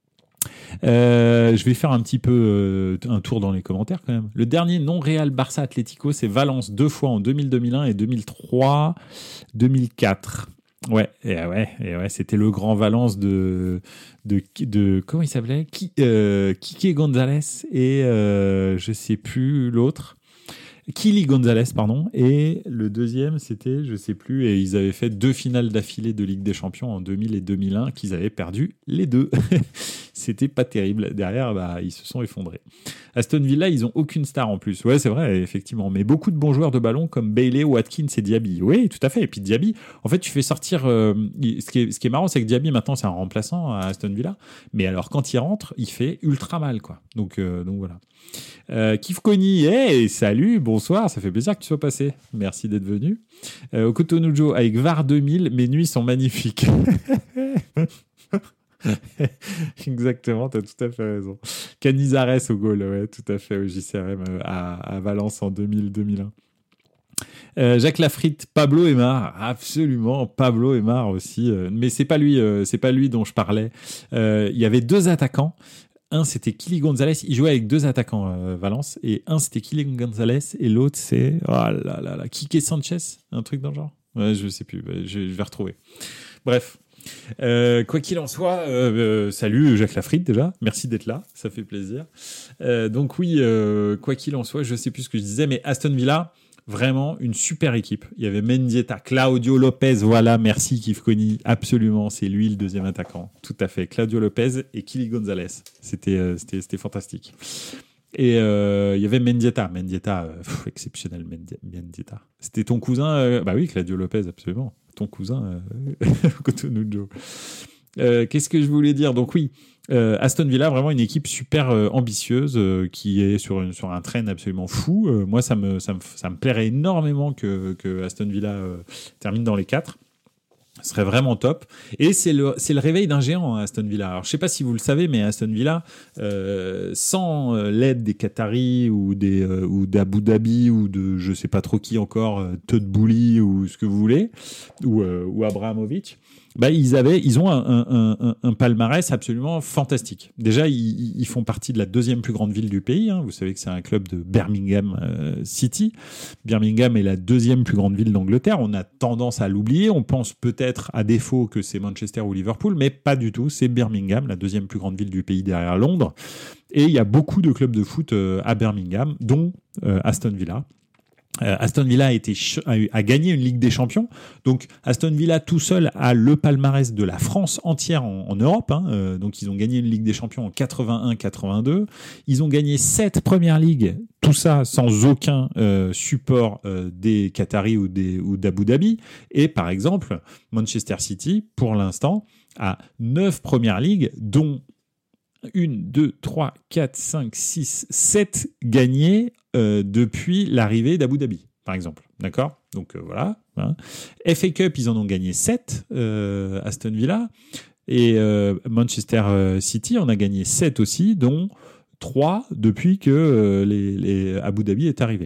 Euh, je vais faire un petit peu euh, un tour dans les commentaires quand même. Le dernier non Real Barça Atlético, c'est Valence, deux fois en deux mille, deux mille un et deux mille trois, deux mille quatre. Ouais, et ouais, et ouais, c'était le grand Valence de de, de comment il s'appelait, Qui, euh, Quique González et euh, je sais plus l'autre. Kili González, pardon, et le deuxième, c'était, je sais plus, et ils avaient fait deux finales d'affilée de Ligue des Champions en deux mille et deux mille un, qu'ils avaient perdu les deux. C'était pas terrible. Derrière, bah, ils se sont effondrés. Aston Villa, ils ont aucune star en plus. Ouais, c'est vrai, effectivement, mais beaucoup de bons joueurs de ballon comme Bailey, Watkins et Diaby. Oui, tout à fait. Et puis Diaby, en fait, tu fais sortir. Euh, ce qui est, ce qui est marrant, c'est que Diaby maintenant, c'est un remplaçant à Aston Villa, mais alors quand il rentre, il fait ultra mal, quoi. Donc, euh, donc voilà. Euh, Kif Koni, hey, salut, bonsoir, ça fait plaisir que tu sois passé. Merci d'être venu. Euh, Okotonujo avec V A R deux mille, mes nuits sont magnifiques. Exactement, t'as tout à fait raison. Canizares au goal, ouais, tout à fait, au J C R M à, à Valence en deux mille deux mille un. Euh, Jacques Lafritte, Pablo Aimar, absolument, Pablo Aimar aussi, euh, mais c'est pas lui, euh, c'est pas lui dont je parlais. Il euh, y avait deux attaquants. un c'était Kili Gonzalez, il jouait avec deux attaquants euh, Valence, et un c'était Kili Gonzalez et l'autre c'est oh là là là Kike Sanchez, un truc dans le genre. Ouais, je sais plus, je, je vais retrouver. Bref. Euh, quoi qu'il en soit, euh, euh, salut Jacques Lafritte déjà, merci d'être là, ça fait plaisir. Euh, donc oui, euh, quoi qu'il en soit, je sais plus ce que je disais, mais Aston Villa, vraiment une super équipe. Il y avait Mendieta, Claudio Lopez, voilà, merci Kifkoni, absolument, c'est lui le deuxième attaquant, tout à fait, Claudio Lopez et Kili Gonzalez, c'était, euh, c'était, c'était fantastique. Et euh, il y avait Mendieta, Mendieta, euh, pff, exceptionnel Mendieta. C'était ton cousin, euh, bah oui, Claudio Lopez, absolument. Ton cousin, euh, Cotonou Joe. Euh, qu'est-ce que je voulais dire ? Donc oui, euh, Aston Villa, vraiment une équipe super euh, ambitieuse euh, qui est sur, une, sur un train absolument fou. Euh, moi, ça me, ça, me, ça me plairait énormément que, que Aston Villa euh, termine dans les quatre. Ce serait vraiment top. Et c'est le, c'est le réveil d'un géant, hein, Aston Villa. Alors, je ne sais pas si vous le savez, mais Aston Villa, euh, sans euh, l'aide des Qataris ou, des, euh, ou d'Abu Dhabi ou de je ne sais pas trop qui encore, euh, Todd Boehly ou ce que vous voulez, ou, euh, ou Abramovich, bah, ils, avaient, ils ont un, un, un, un palmarès absolument fantastique. Déjà, ils, ils font partie de la deuxième plus grande ville du pays. Hein. Vous savez que c'est un club de Birmingham euh, City. Birmingham est la deuxième plus grande ville d'Angleterre. On a tendance à l'oublier. On pense peut-être à défaut que c'est Manchester ou Liverpool, mais pas du tout. C'est Birmingham, la deuxième plus grande ville du pays derrière Londres. Et il y a beaucoup de clubs de foot euh, à Birmingham, dont euh, Aston Villa. Euh, Aston Villa a, été ch- a, eu, a gagné une Ligue des Champions. Donc Aston Villa tout seul a le palmarès de la France entière en, en Europe. Hein. Euh, donc ils ont gagné une Ligue des Champions en quatre-vingt-un quatre-vingt-deux. Ils ont gagné sept Premières Ligues. Tout ça sans aucun euh, support euh, des Qataris ou, des, ou d'Abu Dhabi. Et par exemple, Manchester City, pour l'instant, a neuf Premières Ligues, dont une, deux, trois, quatre, cinq, six, sept gagnés euh, depuis l'arrivée d'Abu Dhabi, par exemple. D'accord ? Donc euh, voilà. Hein. F A Cup, ils en ont gagné sept, euh, Aston Villa. Et euh, Manchester City en a gagné sept aussi, dont trois depuis que euh, les, les Abu Dhabi est arrivé.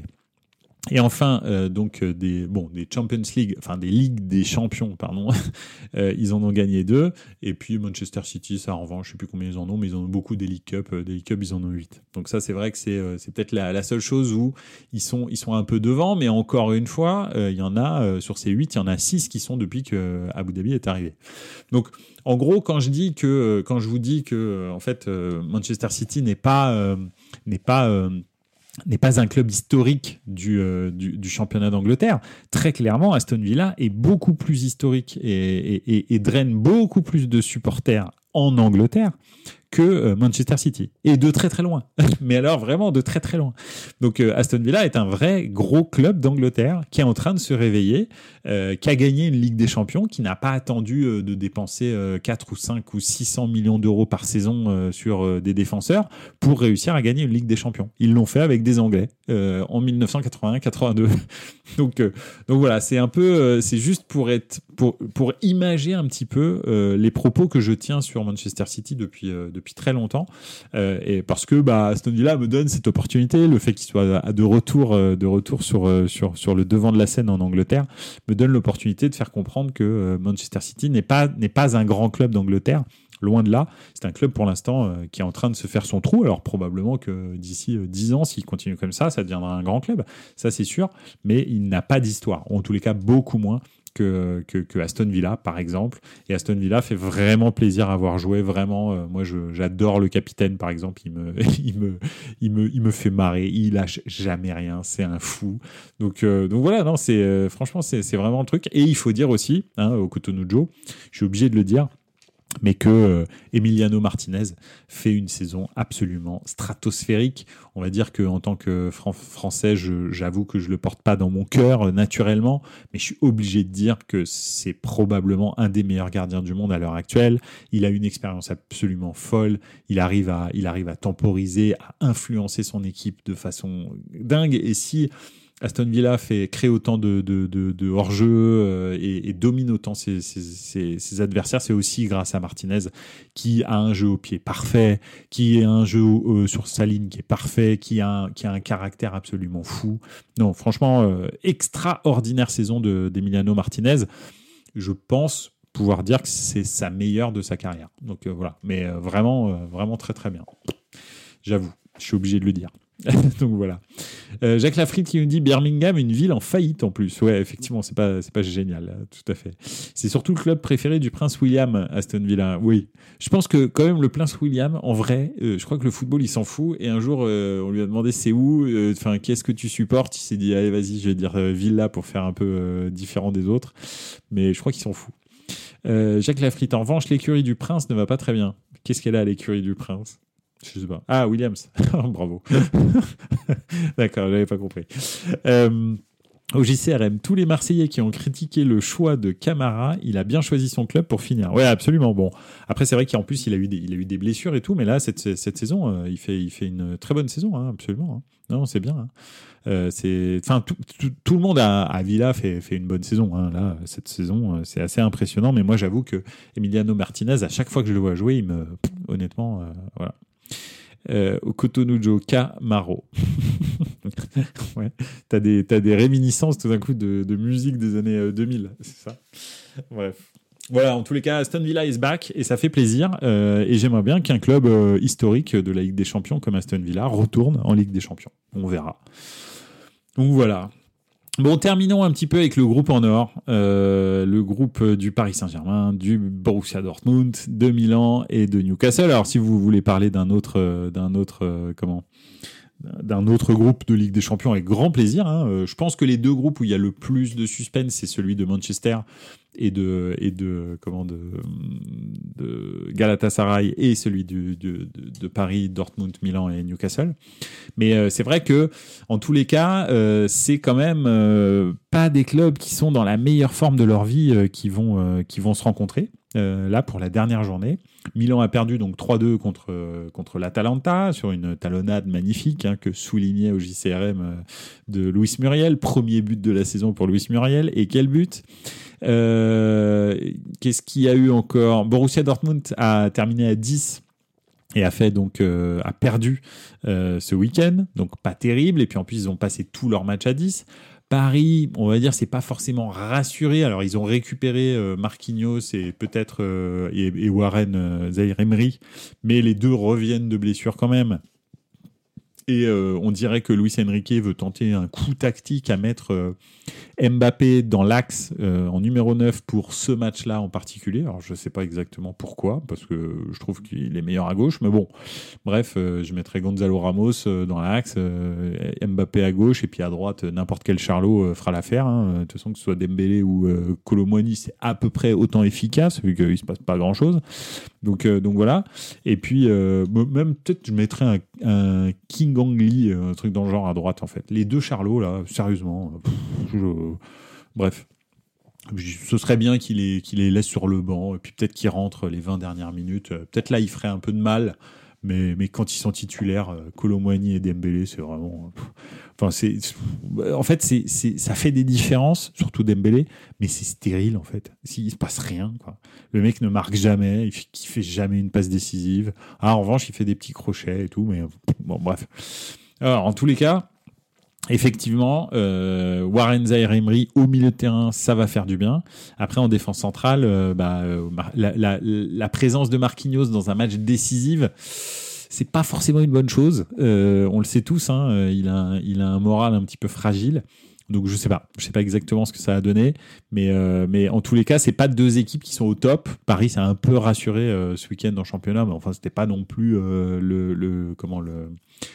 Et enfin, euh, donc des bon des Champions League, enfin des Ligues des Champions, pardon, euh, ils en ont gagné deux. Et puis Manchester City, ça en revanche, je sais plus combien ils en ont, mais ils en ont beaucoup des League Cup, euh, des League Cup, ils en ont huit. Donc ça, c'est vrai que c'est euh, c'est peut-être la, la seule chose où ils sont ils sont un peu devant, mais encore une fois, euh, il y en a euh, sur ces huit, il y en a six qui sont depuis que Abu Dhabi est arrivé. Donc en gros, quand je dis que quand je vous dis que en fait euh, Manchester City n'est pas euh, n'est pas euh, n'est pas un club historique du, euh, du, du championnat d'Angleterre. Très clairement, Aston Villa est beaucoup plus historique et, et, et, et draine beaucoup plus de supporters en Angleterre que Manchester City. Et de très très loin. Mais alors vraiment de très très loin. Donc euh, Aston Villa est un vrai gros club d'Angleterre qui est en train de se réveiller, euh, qui a gagné une Ligue des Champions, qui n'a pas attendu euh, de dépenser euh, quatre ou cinq ou six cents millions d'euros par saison euh, sur euh, des défenseurs pour réussir à gagner une Ligue des Champions. Ils l'ont fait avec des Anglais euh, en dix-neuf cent quatre-vingt-un quatre-vingt-deux. donc, euh, donc voilà, c'est un peu, euh, c'est juste pour être, pour, pour imager un petit peu euh, les propos que je tiens sur Manchester City depuis, euh, depuis très longtemps, euh, et parce que bah, Aston Villa me donne cette opportunité, le fait qu'il soit de retour, euh, de retour sur, euh, sur, sur le devant de la scène en Angleterre, me donne l'opportunité de faire comprendre que euh, Manchester City n'est pas, n'est pas un grand club d'Angleterre. Loin de là, c'est un club pour l'instant euh, qui est en train de se faire son trou. Alors probablement que d'ici euh, dix ans, s'il continue comme ça, ça deviendra un grand club, ça c'est sûr, mais il n'a pas d'histoire, ou en tous les cas beaucoup moins que, que, que Aston Villa par exemple. Et Aston Villa fait vraiment plaisir à voir jouer, vraiment. Euh, moi je, j'adore le capitaine par exemple, il me, il, me, il, me, il me fait marrer, il lâche jamais rien, c'est un fou. Donc, euh, donc voilà, non, c'est, euh, franchement c'est, c'est vraiment le truc. Et il faut dire aussi, hein, au Cotonou Joe, je suis obligé de le dire, mais que euh, Emiliano Martinez fait une saison absolument stratosphérique. On va dire qu'en tant que Fran- Français, je, j'avoue que je ne le porte pas dans mon cœur euh, naturellement, mais je suis obligé de dire que c'est probablement un des meilleurs gardiens du monde à l'heure actuelle. Il a une expérience absolument folle, il arrive à, il arrive à temporiser, à influencer son équipe de façon dingue, et si Aston Villa fait créer autant de, de, de, de hors-jeu euh, et, et domine autant ses, ses, ses, ses adversaires, c'est aussi grâce à Martinez qui a un jeu au pied parfait, qui a un jeu euh, sur sa ligne qui est parfait, qui a un, qui a un caractère absolument fou. Non, franchement, euh, extraordinaire saison de, d'Emiliano Martinez. Je pense pouvoir dire que c'est sa meilleure de sa carrière. Donc euh, voilà, mais euh, vraiment, euh, vraiment très très bien. J'avoue, je suis obligé de le dire. Donc voilà. Euh, Jacques Lafritte qui nous dit Birmingham, une ville en faillite en plus. Ouais, effectivement, c'est pas, c'est pas génial, tout à fait. C'est surtout le club préféré du prince William, Aston Villa. Oui, je pense que quand même le prince William, en vrai, euh, je crois que le football il s'en fout. Et un jour, euh, on lui a demandé c'est où, enfin, euh, qu'est-ce que tu supportes. Il s'est dit allez vas-y, je vais dire euh, Villa pour faire un peu euh, différent des autres. Mais je crois qu'il s'en fout. Euh, Jacques Lafritte, en revanche, l'écurie du prince ne va pas très bien. Qu'est-ce qu'elle a à l'écurie du prince? Je sais pas. Ah, Williams. Bravo. D'accord, j'avais pas compris. Euh, au J C R M, tous les Marseillais qui ont critiqué le choix de Camara, il a bien choisi son club pour finir. Ouais, absolument. Bon, après c'est vrai qu'en plus il a eu des, il a eu des blessures et tout, mais là cette, cette saison, euh, il fait, il fait une très bonne saison, hein, absolument. Hein. Non, c'est bien. Hein. Euh, c'est, enfin, tout, tout, tout le monde à, à Villa fait, fait une bonne saison. Hein. Là, cette saison, c'est assez impressionnant. Mais moi, j'avoue que Emiliano Martinez, à chaque fois que je le vois jouer, il me, honnêtement, euh, voilà. Euh, au Cotonou Camaro. Ouais. T'as des, t'as des réminiscences tout d'un coup de, de musique des années euh, deux mille, c'est ça. Bref. Voilà, en tous les cas, Aston Villa is back et ça fait plaisir. Euh, et j'aimerais bien qu'un club euh, historique de la Ligue des Champions comme Aston Villa retourne en Ligue des Champions. On verra. Donc voilà. Bon, terminons un petit peu avec le groupe en or, euh, le groupe du Paris Saint-Germain, du Borussia Dortmund, de Milan et de Newcastle. Alors, si vous voulez parler d'un autre, d'un autre, comment, d'un autre groupe de Ligue des Champions, avec grand plaisir. Hein. Euh, je pense que les deux groupes où il y a le plus de suspense, c'est celui de Manchester et de et de comment de, de Galatasaray et celui du, de, de, de Paris, Dortmund, Milan et Newcastle. Mais euh, c'est vrai que en tous les cas, euh, c'est quand même euh, pas des clubs qui sont dans la meilleure forme de leur vie euh, qui vont euh, qui vont se rencontrer. Euh, là pour la dernière journée. Milan a perdu donc trois deux contre, euh, contre l'Atalanta sur une talonnade magnifique hein, que soulignait au J C R M euh, de Luis Muriel. Premier but de la saison pour Luis Muriel. Et quel but euh, Qu'est-ce qu'il y a eu encore? Borussia Dortmund a terminé à dix et a fait donc euh, a perdu euh, ce week-end. Donc pas terrible. Et puis en plus ils ont passé tous leurs matchs à dix. Paris, on va dire, c'est pas forcément rassuré. Alors, ils ont récupéré euh, Marquinhos et peut-être euh, et, et Warren euh, Zaïre-Emery, mais les deux reviennent de blessure quand même. Et euh, on dirait que Luis Enrique veut tenter un coup tactique à mettre euh, Mbappé dans l'axe euh, en numéro neuf pour ce match-là en particulier. Alors, je ne sais pas exactement pourquoi, parce que je trouve qu'il est meilleur à gauche. Mais bon, bref, euh, je mettrais Gonzalo Ramos euh, dans l'axe, euh, Mbappé à gauche, et puis à droite, n'importe quel Charlot euh, fera l'affaire. Hein. De toute façon, que ce soit Dembélé ou euh, Kolo Muani, c'est à peu près autant efficace, vu qu'il ne se passe pas grand-chose. Donc, euh, donc voilà. Et puis, euh, même peut-être, je mettrais un, un King Gang Lee, un truc dans le genre à droite, en fait. Les deux Charlots, là, sérieusement. Pff, je... Bref. Ce serait bien qu'il les, qu'il les laisse sur le banc, et puis peut-être qu'ils rentrent les vingt dernières minutes. Peut-être là, il ferait un peu de mal. Mais, mais quand ils sont titulaires, Kolo Muani et Dembélé, c'est vraiment... Enfin, c'est, en fait, c'est, c'est, ça fait des différences, surtout Dembélé, mais c'est stérile, en fait. Il ne se passe rien, quoi. Le mec ne marque jamais, il ne fait jamais une passe décisive. Ah, en revanche, il fait des petits crochets et tout, mais bon, bref. Alors, en tous les cas, effectivement, euh, Warren Zaïre-Emery au milieu de terrain, ça va faire du bien. Après, en défense centrale, euh, bah, euh, la, la, la présence de Marquinhos dans un match décisif, c'est pas forcément une bonne chose. Euh, on le sait tous, hein, il a, un, il a un moral un petit peu fragile. Donc je sais pas, je sais pas exactement ce que ça a donné, mais euh, mais en tous les cas, c'est pas deux équipes qui sont au top. Paris s'est un peu rassuré euh, ce week-end en championnat, mais enfin c'était pas non plus euh, le, le comment le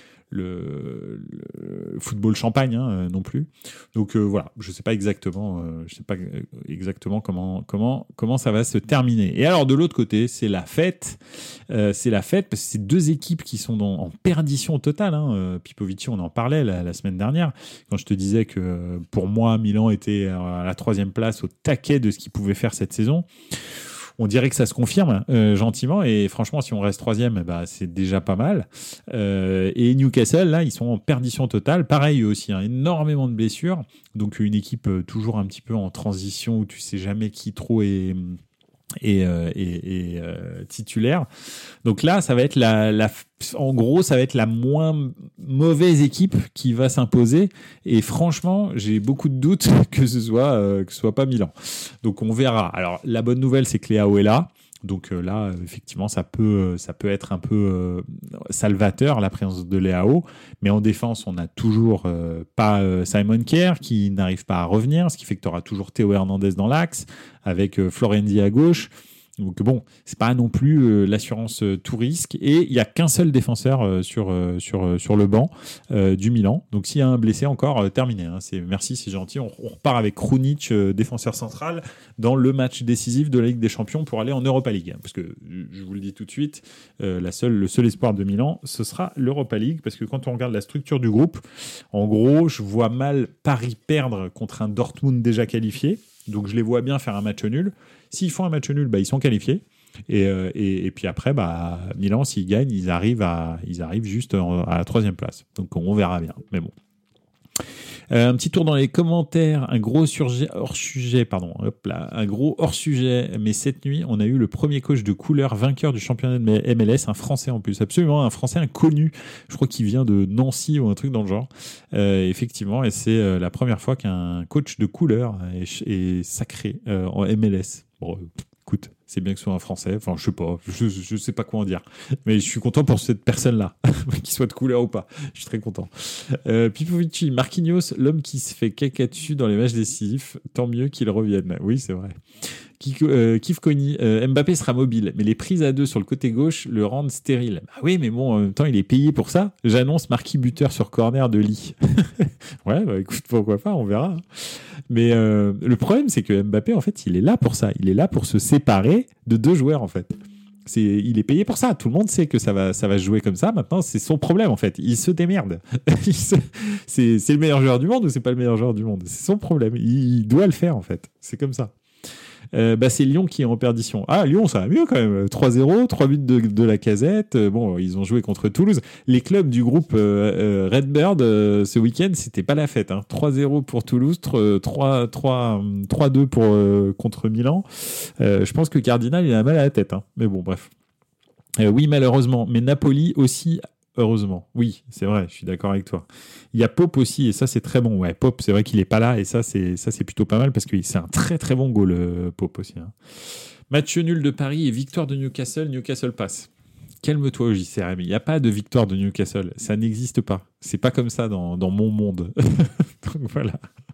Le, le football champagne hein, non plus. Donc euh, voilà, je sais pas exactement, euh, je sais pas exactement comment comment comment ça va se terminer. Et alors de l'autre côté, c'est la fête, euh, c'est la fête parce que c'est deux équipes qui sont dans, en perdition totale. Hein. Euh, Pipovici, on en parlait la, la semaine dernière quand je te disais que pour moi Milan était à la troisième place au taquet de ce qu'il pouvait faire cette saison. On dirait que ça se confirme euh, gentiment et franchement si on reste troisième bah, c'est déjà pas mal euh, et Newcastle là ils sont en perdition totale, pareil eux aussi hein, énormément de blessures, donc une équipe euh, toujours un petit peu en transition où tu sais jamais qui trop est et, euh, et, et euh, titulaire. Donc là, ça va être la, la, en gros, ça va être la moins mauvaise équipe qui va s'imposer. Et franchement, j'ai beaucoup de doutes que ce soit, euh, que ce soit pas Milan. Donc on verra. Alors la bonne nouvelle, c'est que Leao est là. Donc euh, là, effectivement, ça peut, ça peut être un peu euh, salvateur, la présence de Leao. Mais en défense, on n'a toujours euh, pas euh, Simon Kjær qui n'arrive pas à revenir, ce qui fait que tu auras toujours Théo Hernandez dans l'axe, avec euh, Florenzi à gauche. Donc bon, c'est pas non plus euh, l'assurance euh, tout risque. Et il n'y a qu'un seul défenseur euh, sur, euh, sur, euh, sur le banc euh, du Milan. Donc s'il y a un blessé encore, euh, terminé. Hein. C'est, merci, c'est gentil. On, on repart avec Krunic, euh, défenseur central, dans le match décisif de la Ligue des Champions pour aller en Europa League. Parce que, je vous le dis tout de suite, euh, la seule, le seul espoir de Milan, ce sera l'Europa League. Parce que quand on regarde la structure du groupe, en gros, je vois mal Paris perdre contre un Dortmund déjà qualifié. Donc je les vois bien faire un match nul. S'ils font un match nul, bah, ils sont qualifiés. Et, euh, et, et puis après, bah, Milan, s'ils gagnent, ils arrivent, à, ils arrivent juste en, à la troisième place. Donc on verra bien. Mais bon. Euh, un petit tour dans les commentaires, un gros surjet, hors sujet, pardon, hop là, un gros hors sujet. Mais cette nuit, on a eu le premier coach de couleur vainqueur du championnat de M L S, un Français en plus, absolument un Français inconnu. Je crois qu'il vient de Nancy ou un truc dans le genre. Euh, effectivement, et c'est euh, la première fois qu'un coach de couleur est, est sacré euh, en M L S. Bon, euh, écoute, c'est bien que ce soit un Français. Enfin, je sais pas, je, je sais pas quoi en dire. Mais je suis content pour cette personne-là, qu'il soit de couleur ou pas. Je suis très content. Euh, Pipovici, Marquinhos, l'homme qui se fait caca dessus dans les matchs décisifs. Tant mieux qu'il revienne. Oui, c'est vrai. Euh, Kifkoni, euh, Mbappé sera mobile, mais les prises à deux sur le côté gauche le rendent stérile. Bah oui, mais bon, en même temps, il est payé pour ça. J'annonce Marquis buteur sur corner de Lee. Ouais, bah écoute, pourquoi pas, on verra. Mais euh, le problème, c'est que Mbappé, en fait, il est là pour ça. Il est là pour se séparer de deux joueurs, en fait. C'est, il est payé pour ça. Tout le monde sait que ça va, ça va se jouer comme ça. Maintenant, c'est son problème, en fait. Il se démerde. il se, c'est, c'est le meilleur joueur du monde ou c'est pas le meilleur joueur du monde? C'est son problème. Il, il doit le faire, en fait. C'est comme ça. Euh, bah c'est Lyon qui est en perdition. Ah, Lyon, ça va mieux quand même. trois zéro, trois buts de, de la Casette. Euh, bon, ils ont joué contre Toulouse. Les clubs du groupe euh, euh, Redbird, euh, ce week-end, c'était pas la fête. Hein. trois zéro pour Toulouse, trois deux pour, euh, contre Milan. Euh, je pense que Cardinal, il a mal à la tête. Hein. Mais bon, bref. Euh, oui, malheureusement. Mais Napoli aussi... Heureusement, oui, c'est vrai, je suis d'accord avec toi. Il y a Pope aussi, et ça c'est très bon. Ouais, Pope, c'est vrai qu'il est pas là, et ça c'est ça c'est plutôt pas mal parce que c'est un très très bon goal, euh, Pope aussi. Hein. Match nul de Paris et victoire de Newcastle. Newcastle passe. Calme-toi, J C R M. Il n'y a pas de victoire de Newcastle, ça n'existe pas. C'est pas comme ça dans dans mon monde. Donc voilà.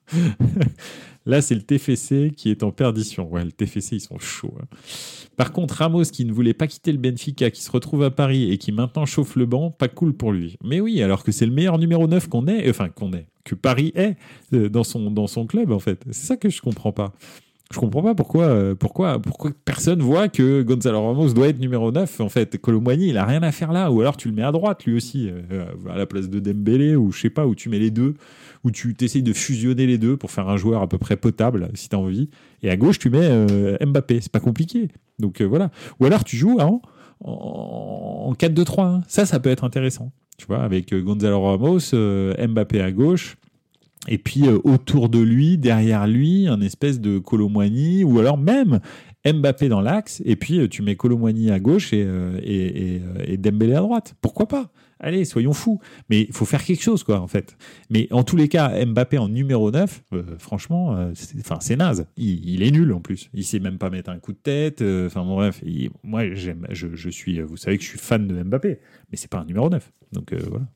Là, c'est le T F C qui est en perdition. Ouais, le T F C, ils sont chauds. Hein. Par contre, Ramos, qui ne voulait pas quitter le Benfica, qui se retrouve à Paris et qui maintenant chauffe le banc, pas cool pour lui. Mais oui, alors que c'est le meilleur numéro neuf qu'on ait, enfin qu'on ait, que Paris ait dans son, dans son club, en fait. C'est ça que je comprends pas. Je comprends pas pourquoi, pourquoi, pourquoi personne voit que Gonzalo Ramos doit être numéro neuf. En fait, Kolo Muani, il a rien à faire là. Ou alors tu le mets à droite, lui aussi, euh, à la place de Dembélé, ou je sais pas, où tu mets les deux, où tu t'essayes de fusionner les deux pour faire un joueur à peu près potable, si tu as envie. Et à gauche, tu mets euh, Mbappé. C'est pas compliqué. Donc euh, voilà. Ou alors tu joues hein, en, en quatre deux trois. Hein. Ça, ça peut être intéressant. Tu vois, avec euh, Gonzalo Ramos, euh, Mbappé à gauche. Et puis euh, autour de lui, derrière lui, un espèce de Kolo Muani, ou alors même Mbappé dans l'axe, et puis euh, tu mets Kolo Muani à gauche et, euh, et, et, et Dembélé à droite. Pourquoi pas? Allez, soyons fous. Mais il faut faire quelque chose, quoi, en fait. Mais en tous les cas, Mbappé en numéro neuf, euh, franchement, euh, c'est, c'est naze. Il, il est nul, en plus. Il sait même pas mettre un coup de tête. Enfin, euh, bon, bref. Il, moi, j'aime, je, je suis, vous savez que je suis fan de Mbappé, mais c'est pas un numéro neuf. Donc, euh, voilà.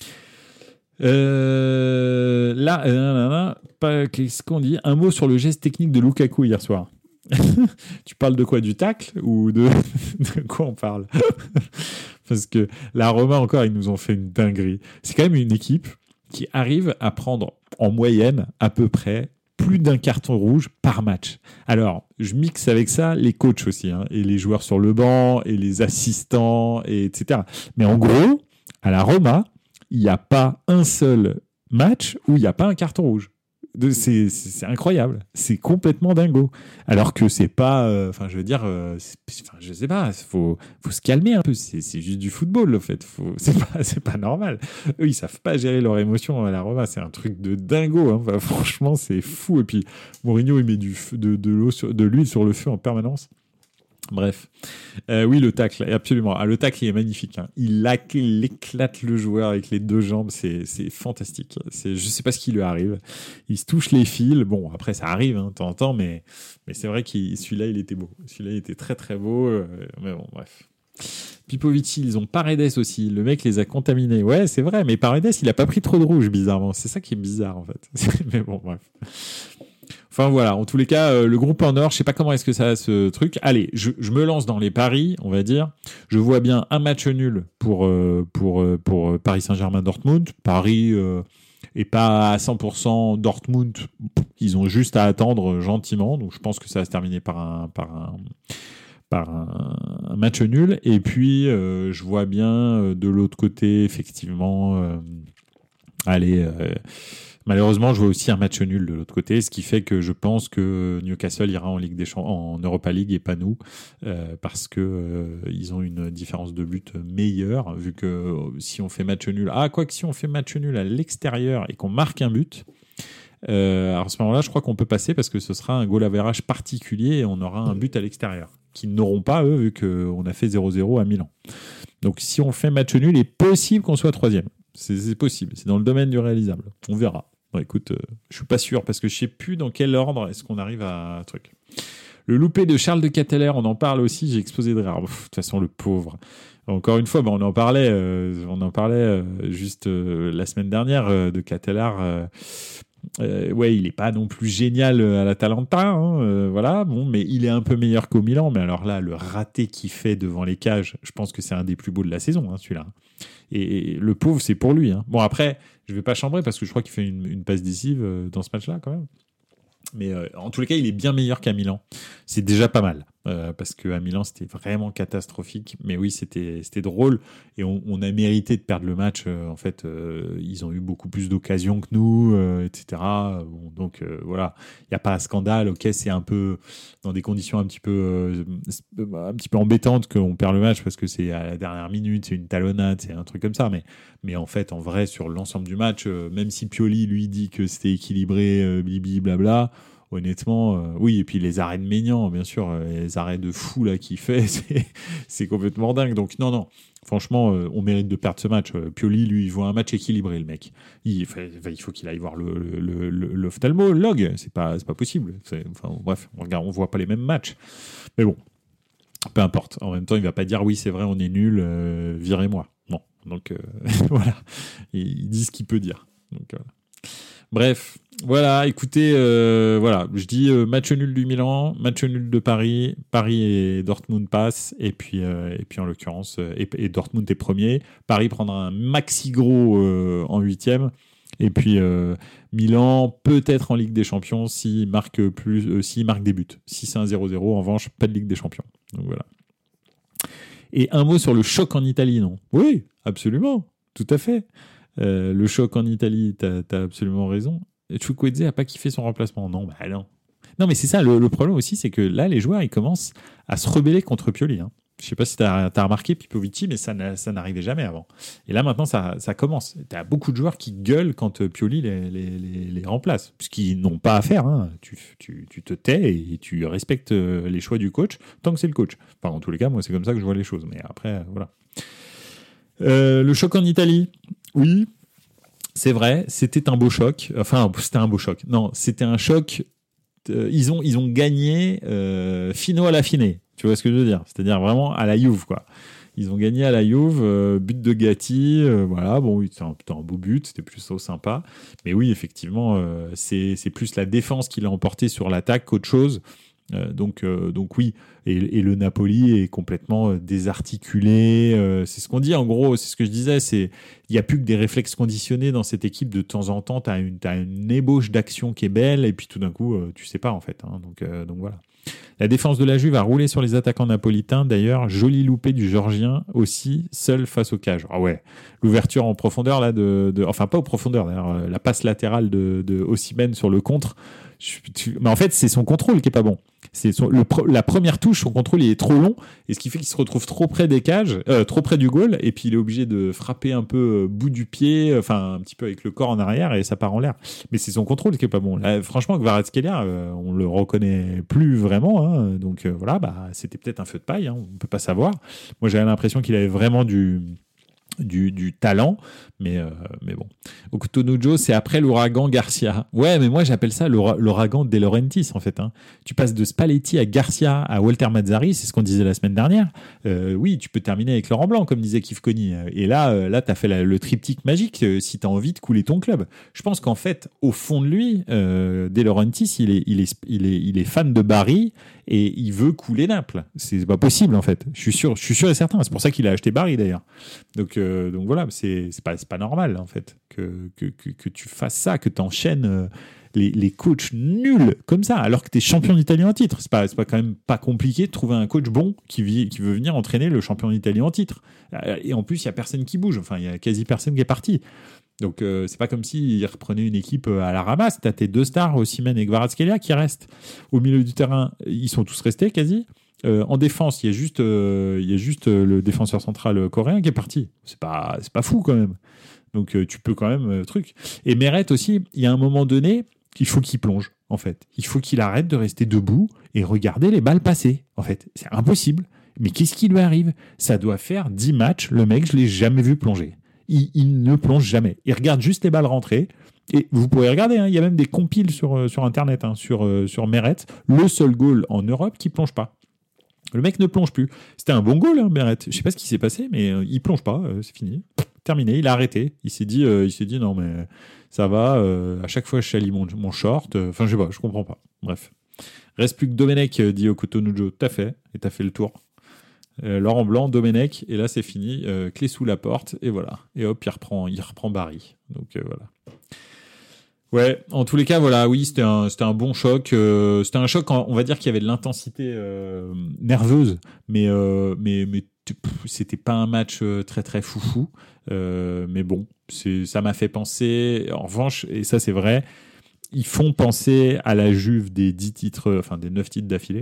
Euh, là, euh, là, là, pas, qu'est-ce qu'on dit? Un mot sur le geste technique de Lukaku hier soir. Tu parles de quoi? Du tacle ou de, de quoi on parle? Parce que la Roma, encore, ils nous ont fait une dinguerie. C'est quand même une équipe qui arrive à prendre en moyenne à peu près plus d'un carton rouge par match. Alors, je mixe avec ça les coachs aussi, hein, et les joueurs sur le banc, et les assistants, et etc. Mais en gros, à la Roma, il n'y a pas un seul match où il n'y a pas un carton rouge. C'est, c'est, c'est incroyable. C'est complètement dingo. Alors que c'est pas... Enfin, euh, je veux dire... Euh, je sais pas, il faut, faut se calmer un peu. C'est, c'est juste du football, en fait. Faut, c'est, pas, c'est pas normal. Eux, ils savent pas gérer leurs émotions à la Roma. C'est un truc de dingo. Hein. Enfin, franchement, c'est fou. Et puis, Mourinho, il met du feu, de, de, l'eau sur, de l'huile sur le feu en permanence. Bref. Euh, oui, le tacle, absolument. Ah, le tacle, il est magnifique. Hein. Il, a, il éclate le joueur avec les deux jambes. C'est, c'est fantastique. C'est, je ne sais pas ce qui lui arrive. Il se touche les fils. Bon, après, ça arrive hein, de temps en temps, mais, mais c'est vrai que celui-là, il était beau. Celui-là, il était très, très beau. Euh, mais bon, bref. Pipovici, ils ont Paredes aussi. Le mec les a contaminés. Ouais, c'est vrai, mais Paredes, il n'a pas pris trop de rouge, bizarrement. C'est ça qui est bizarre, en fait. Mais bon, bref. Enfin voilà, en tous les cas, euh, le groupe en or, je sais pas comment est-ce que ça a ce truc. Allez, je, je me lance dans les paris, on va dire. Je vois bien un match nul pour euh, pour euh, pour Paris Saint-Germain-Dortmund. Paris euh, est pas à cent pour cent Dortmund. Ils ont juste à attendre gentiment. Donc je pense que ça va se terminer par un par un par un, un match nul. Et puis euh, je vois bien euh, de l'autre côté effectivement. Euh, allez. Euh, Malheureusement, je vois aussi un match nul de l'autre côté, ce qui fait que je pense que Newcastle ira en Ligue des Champions, en Europa League et pas nous, euh, parce que euh, ils ont une différence de but meilleure, vu que euh, si on fait match nul, ah quoi que si on fait match nul à l'extérieur et qu'on marque un but, euh, alors à ce moment-là, je crois qu'on peut passer parce que ce sera un goal average particulier et on aura un but à l'extérieur, qu'ils n'auront pas eux, vu qu'on a fait zéro zéro à Milan. Donc si on fait match nul, il est possible qu'on soit troisième. C'est, c'est possible, c'est dans le domaine du réalisable. On verra. Bon, écoute, euh, je suis pas sûr parce que je sais plus dans quel ordre est-ce qu'on arrive à un truc. Le loupé de Charles de Ketteler, on en parle aussi. J'ai explosé de rire. De toute façon, le pauvre. Encore une fois, bah, on en parlait, euh, on en parlait euh, juste euh, la semaine dernière euh, de Ketteler. Euh, euh, ouais, il est pas non plus génial à l'Atalanta, hein, euh, voilà. Bon, mais il est un peu meilleur qu'au Milan. Mais alors là, le raté qu'il fait devant les cages, je pense que c'est un des plus beaux de la saison, hein, celui-là. Et le pauvre, c'est pour lui. Hein. Bon, après, je vais pas chambrer parce que je crois qu'il fait une, une passe décisive euh, dans ce match-là, quand même. Mais euh, en tous les cas, il est bien meilleur qu'à Milan. C'est déjà pas mal. Euh, parce qu'à Milan, c'était vraiment catastrophique. Mais oui, c'était, c'était drôle. Et on, on a mérité de perdre le match. Euh, en fait, euh, ils ont eu beaucoup plus d'occasions que nous, euh, et cetera. Bon, donc, euh, voilà. Il n'y a pas un scandale. OK, c'est un peu dans des conditions un petit peu, euh, un petit peu embêtantes qu'on perd le match parce que c'est à la dernière minute, c'est une talonnade, c'est un truc comme ça. Mais, mais en fait, en vrai, sur l'ensemble du match, euh, même si Pioli, lui, dit que c'était équilibré, euh, blibli, blabla, honnêtement, euh, oui, et puis les arrêts de Maignan, bien sûr, euh, les arrêts de fou là qu'il fait, c'est, c'est complètement dingue. Donc non, non, franchement, euh, on mérite de perdre ce match. Euh, Pioli, lui, il voit un match équilibré, le mec. Il, fait, il faut qu'il aille voir le, le, le, l'ophtalmo, le log. C'est pas, c'est pas possible. C'est, enfin, bref, on regarde, on voit pas les mêmes matchs. Mais bon, peu importe. En même temps, il va pas dire oui, c'est vrai, on est nul, euh, virez-moi. Non, donc euh, voilà, il dit ce qu'il peut dire. Donc euh, bref. Voilà, écoutez, euh, voilà, je dis euh, match nul du Milan, match nul de Paris, Paris et Dortmund passent, et puis, euh, et puis en l'occurrence, euh, et, et Dortmund est premier, Paris prendra un maxi gros euh, en huitième, et puis euh, Milan peut-être en Ligue des Champions s'il marque, plus, euh, s'il marque des buts. Si c'est un zéro zéro, en revanche, pas de Ligue des Champions. Donc voilà. Et un mot sur le choc en Italie, non ? Oui, absolument, tout à fait. Euh, le choc en Italie, t'as, t'as absolument raison. Chukwueze a pas kiffé son remplacement. Non, bah non. Non, mais c'est ça, le, le problème aussi, c'est que là, les joueurs, ils commencent à se rebeller contre Pioli. Hein. Je sais pas si tu as remarqué Pipovici, mais ça, ça n'arrivait jamais avant. Et là, maintenant, ça, ça commence. Tu as beaucoup de joueurs qui gueulent quand Pioli les, les, les, les remplace, puisqu'ils n'ont pas à faire. Hein. Tu, tu, tu te tais et tu respectes les choix du coach tant que c'est le coach. Enfin, en tous les cas, moi, c'est comme ça que je vois les choses. Mais après, voilà. Euh, le choc en Italie, oui. C'est vrai, c'était un beau choc. Enfin, c'était un beau choc. Non, c'était un choc. Euh, ils ont, ils ont gagné euh, fino à la fine. Tu vois ce que je veux dire ? C'est-à-dire vraiment à la Juve, quoi. Ils ont gagné à la Juve, euh, but de Gatti. Euh, voilà, bon, c'était un, c'était un beau but, c'était plutôt sympa. Mais oui, effectivement, euh, c'est, c'est plus la défense qui l'a emporté sur l'attaque qu'autre chose. Euh, donc, euh, donc oui, et, et le Napoli est complètement euh, désarticulé. Euh, c'est ce qu'on dit en gros, c'est ce que je disais. C'est il y a plus que des réflexes conditionnés dans cette équipe. De temps en temps, t'as une t'as une ébauche d'action qui est belle, et puis tout d'un coup, euh, tu sais pas en fait. Hein, donc euh, donc voilà. La défense de la Juve a roulé sur les attaquants napolitains. D'ailleurs, joli loupé du Géorgien aussi, seul face aux cages. Ah ouais, l'ouverture en profondeur là de, de enfin pas aux profondeurs d'ailleurs, la passe latérale de, de Osimhen sur le contre. Je, tu, mais en fait, c'est son contrôle qui est pas bon. C'est son, le, la première touche, son contrôle, il est trop long, et ce qui fait qu'il se retrouve trop près des cages, euh, trop près du goal, et puis il est obligé de frapper un peu euh, bout du pied, enfin un petit peu avec le corps en arrière, et ça part en l'air. Mais c'est son contrôle qui est pas bon. Là, franchement, Kvaratskhelia, euh, on le reconnaît plus vraiment, hein, donc euh, voilà, bah c'était peut-être un feu de paille, hein, on peut pas savoir. Moi, j'avais l'impression qu'il avait vraiment du Du, du talent, mais, euh, mais bon. Okutonujo, c'est après l'ouragan Garcia. Ouais, mais moi j'appelle ça l'aura, l'ouragan De Laurentiis en fait. Hein. Tu passes de Spalletti à Garcia à Walter Mazzarri, c'est ce qu'on disait la semaine dernière. Euh, oui, tu peux terminer avec Laurent Blanc, comme disait Kif Kony. Et là, euh, là tu as fait la, le triptyque magique euh, si tu as envie de couler ton club. Je pense qu'en fait, au fond de lui, euh, De Laurentiis, il est, il, est, il, est, il est fan de Barry et il veut couler Naples. C'est pas possible en fait. Je suis sûr, je suis sûr et certain. C'est pour ça qu'il a acheté Barry d'ailleurs. Donc, euh, donc voilà, c'est, c'est, pas, c'est pas normal en fait que, que, que, que tu fasses ça, que tu enchaînes euh, les, les coachs nuls comme ça, alors que tu es champion d'Italie en titre. C'est pas, c'est pas quand même pas compliqué de trouver un coach bon qui, vit, qui veut venir entraîner le champion d'Italie en titre. Et en plus, il n'y a personne qui bouge. Enfin, il y a quasi personne qui est parti. Donc, euh, c'est pas comme s'ils reprenaient une équipe à la ramasse. Tu as tes deux stars, Osimhen et Kvaratskhelia, qui restent au milieu du terrain. Ils sont tous restés quasi. Euh, en défense, il y a juste, euh, il y a juste euh, le défenseur central coréen qui est parti. C'est pas, c'est pas fou quand même. Donc, euh, tu peux quand même euh, truc. Et Meret aussi, il y a un moment donné, il faut qu'il plonge. En fait, il faut qu'il arrête de rester debout et regarder les balles passer. En fait, c'est impossible. Mais qu'est-ce qui lui arrive ? Ça doit faire dix matchs. Le mec, je l'ai jamais vu plonger. Il, il ne plonge jamais. Il regarde juste les balles rentrer. Et vous pourrez regarder, hein, il y a même des compiles sur, sur Internet, hein, sur, euh, sur Meret, le seul goal en Europe qui plonge pas. Le mec ne plonge plus. C'était un bon goal, hein, Meret. Je sais pas ce qui s'est passé, mais euh, il plonge pas. Euh, c'est fini. Terminé. Il a arrêté. Il s'est dit, euh, il s'est dit non, mais ça va. Euh, à chaque fois, je salis mon, mon short. Enfin, euh, je sais pas, je comprends pas. Bref. Reste plus que Domenech, dit Okutonujo. T'as fait. Et t'as fait le tour. Euh, Laurent Blanc, Domenech, et là c'est fini, euh, clé sous la porte, et voilà. Et hop, il reprend, il reprend Barry. Donc euh, voilà. Ouais, en tous les cas, voilà, oui, c'était un, c'était un bon choc. Euh, c'était un choc, on va dire qu'il y avait de l'intensité euh, nerveuse, mais, euh, mais, mais pff, c'était pas un match très très foufou. Euh, mais bon, c'est, ça m'a fait penser, en revanche, et ça c'est vrai, ils font penser à la Juve des dix titres, enfin des neuf titres d'affilée.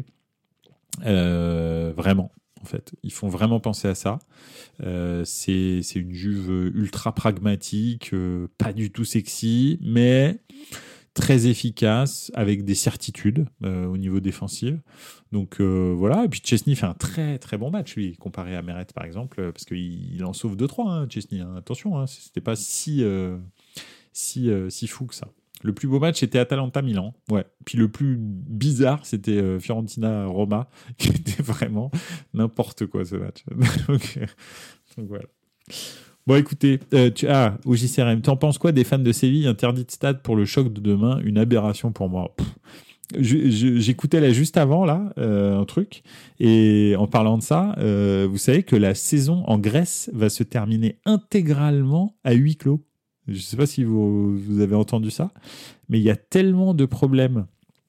Euh, vraiment. En fait, ils font vraiment penser à ça. Euh, c'est, c'est une Juve ultra pragmatique, euh, pas du tout sexy, mais très efficace, avec des certitudes euh, au niveau défensif. Donc euh, voilà, et puis Chesney fait un très très bon match, lui, comparé à Meret par exemple, parce qu'il il en sauve deux trois, hein, Chesney. Hein. Attention, hein, c'était pas si, euh, si, euh, si fou que ça. Le plus beau match, c'était Atalanta-Milan. Ouais. Puis le plus bizarre, c'était euh, Fiorentina-Roma, qui était vraiment n'importe quoi, ce match. donc, euh, donc voilà. Bon, écoutez, euh, tu, ah, au J C R M, t'en penses quoi des fans de Séville interdits de stade pour le choc de demain ? Une aberration pour moi. Pff. Je, je, j'écoutais là juste avant, là, euh, un truc, et en parlant de ça, euh, vous savez que la saison en Grèce va se terminer intégralement à huis clos. Je ne sais pas si vous, vous avez entendu ça, mais il y a tellement de problèmes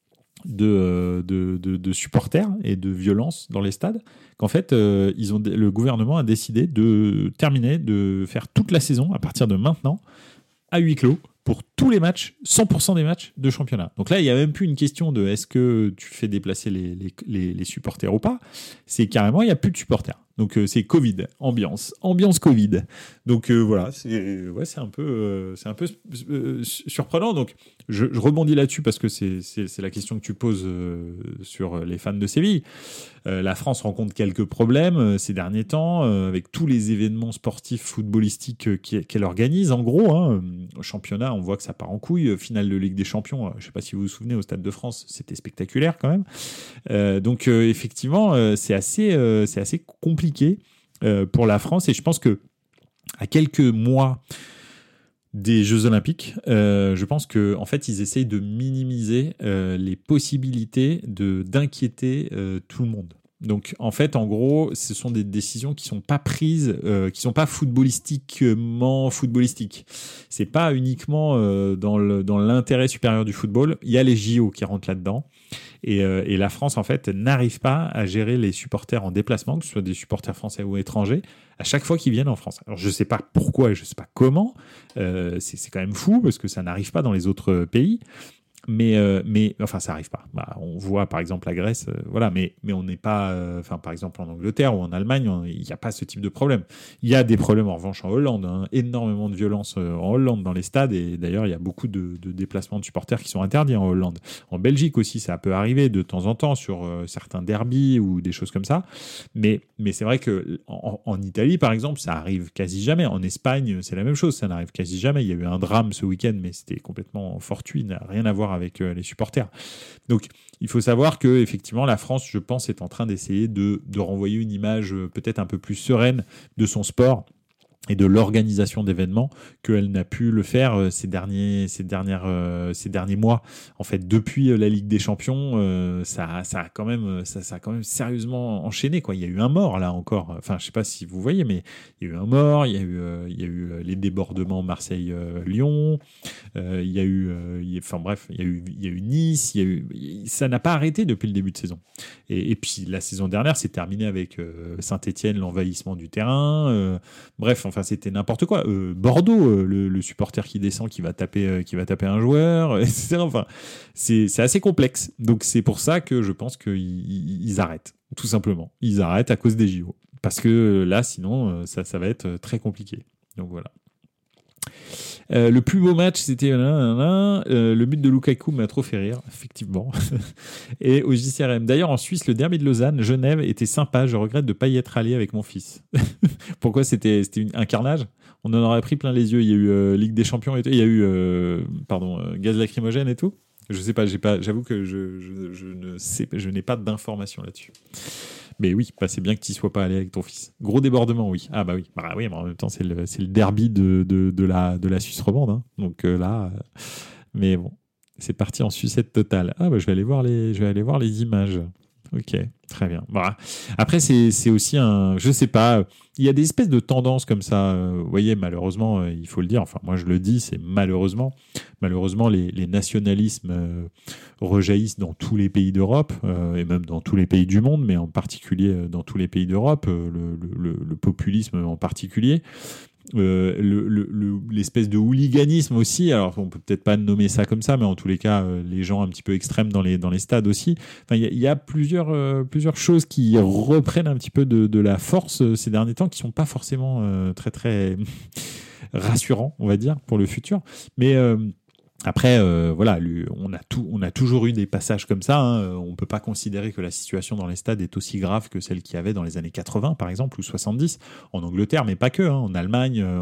de, de, de, de supporters et de violence dans les stades qu'en fait, euh, ils ont, le gouvernement a décidé de terminer, de faire toute la saison à partir de maintenant à huis clos pour tous les matchs, cent pour cent des matchs de championnat. Donc là, il n'y a même plus une question de est-ce que tu fais déplacer les, les, les, les supporters ou pas. C'est carrément, il n'y a plus de supporters. Donc euh, c'est Covid, ambiance, ambiance Covid. Donc euh, voilà, c'est, ouais, c'est un peu, euh, c'est un peu euh, surprenant. Donc je, je rebondis là-dessus parce que c'est, c'est, c'est la question que tu poses euh, sur les fans de Séville. Euh, la France rencontre quelques problèmes euh, ces derniers temps euh, avec tous les événements sportifs footballistiques euh, qu'elle organise. En gros, hein, au championnat, on voit que ça part en couille. Finale de Ligue des Champions, euh, je ne sais pas si vous vous souvenez, au Stade de France, c'était spectaculaire quand même. Euh, donc euh, effectivement, euh, c'est assez, euh, c'est assez compliqué euh, pour la France, et je pense que à quelques mois des Jeux Olympiques, euh, je pense que en fait ils essayent de minimiser euh, les possibilités de d'inquiéter euh, tout le monde. Donc en fait, en gros, ce sont des décisions qui sont pas prises, euh, qui sont pas footballistiquement footballistiques. C'est pas uniquement euh, dans le dans l'intérêt supérieur du football. Il y a les J O qui rentrent là-dedans. Et, euh, et la France, en fait, n'arrive pas à gérer les supporters en déplacement, que ce soit des supporters français ou étrangers, à chaque fois qu'ils viennent en France. Alors, je ne sais pas pourquoi et je ne sais pas comment. Euh, c'est, c'est quand même fou parce que ça n'arrive pas dans les autres pays. Mais, euh, mais enfin, ça arrive pas. Bah, on voit par exemple la Grèce, euh, voilà, mais, mais on n'est pas, enfin, euh, par exemple en Angleterre ou en Allemagne, il n'y a pas ce type de problème. Il y a des problèmes en revanche en Hollande, hein, énormément de violence euh, en Hollande dans les stades, et d'ailleurs il y a beaucoup de, de déplacements de supporters qui sont interdits en Hollande. En Belgique aussi, ça peut arriver de temps en temps sur euh, certains derbys ou des choses comme ça. Mais, mais c'est vrai que en, en Italie, par exemple, ça arrive quasi jamais. En Espagne, c'est la même chose, ça n'arrive quasi jamais. Il y a eu un drame ce week-end, mais c'était complètement fortuit, n'a rien à voir avec euh, les supporters. Donc, il faut savoir que effectivement, la France, je pense, est en train d'essayer de, de renvoyer une image euh, peut-être un peu plus sereine de son sport et de l'organisation d'événements qu'elle n'a pu le faire ces derniers, ces dernières, euh, ces derniers mois. En fait, depuis la Ligue des Champions, euh, ça, ça a quand même, ça, ça a quand même sérieusement enchaîné, quoi. Il y a eu un mort là encore. Enfin, je sais pas si vous voyez, mais il y a eu un mort. Il y a eu, euh, il y a eu les débordements Marseille-Lyon. Euh, il y a eu, euh, il y a, enfin bref, il y a eu, il y a eu Nice. Il y a eu, ça n'a pas arrêté depuis le début de saison. Et, et puis la saison dernière, c'est terminé avec euh, Saint-Étienne, l'envahissement du terrain. Euh, bref, enfin. C'était n'importe quoi. Euh, Bordeaux, euh, le, le supporter qui descend, qui va taper, euh, qui va taper un joueur, et cetera. Enfin, c'est, c'est assez complexe. Donc c'est pour ça que je pense qu'ils ils arrêtent, tout simplement. Ils arrêtent à cause des J O. Parce que là, sinon, ça, ça va être très compliqué. Donc voilà. Euh, le plus beau match, c'était euh, le but de Lukaku m'a trop fait rire, effectivement. Et au J C R M. D'ailleurs, en Suisse, le derby de Lausanne, Genève, était sympa. Je regrette de ne pas y être allé avec mon fils. Pourquoi c'était, c'était une, un carnage? On en aurait pris plein les yeux. Il y a eu euh, Ligue des Champions et tout. Il y a eu euh, pardon, euh, gaz lacrymogène et tout. Je sais pas, j'ai pas, j'avoue que je, je, je ne sais, je n'ai pas d'informations là-dessus. Mais oui, bah c'est bien que tu n'y sois pas allé avec ton fils. Gros débordement, oui. Ah bah oui, bah oui, mais en même temps, c'est le, c'est le derby de, de, de, la, de la Suisse romande. Hein. Donc euh, là, euh, mais bon, c'est parti en sucette totale. Ah bah je vais aller voir les, je vais aller voir les images. Ok, très bien. Voilà. Après, c'est, c'est aussi un... Je sais pas, il y a des espèces de tendances comme ça. Vous voyez, malheureusement, il faut le dire, enfin moi je le dis, c'est malheureusement. Malheureusement, les, les nationalismes euh, rejaillissent dans tous les pays d'Europe, euh, et même dans tous les pays du monde, mais en particulier dans tous les pays d'Europe, euh, le, le, le populisme en particulier. Euh, le, le, le, l'espèce de hooliganisme aussi, alors on peut peut-être pas nommer ça comme ça, mais en tous les cas, euh, les gens un petit peu extrêmes dans les, dans les stades aussi. Enfin, il y, y a plusieurs, euh, plusieurs choses qui reprennent un petit peu de, de la force euh, ces derniers temps, qui sont pas forcément euh, très très rassurants, on va dire, pour le futur. Mais euh, après, euh, voilà, lui, on a tout, on a toujours eu des passages comme ça. Hein. On peut pas considérer que la situation dans les stades est aussi grave que celle qu'il y avait dans les années quatre-vingts, par exemple, ou soixante-dix, en Angleterre, mais pas que, hein, en Allemagne, en,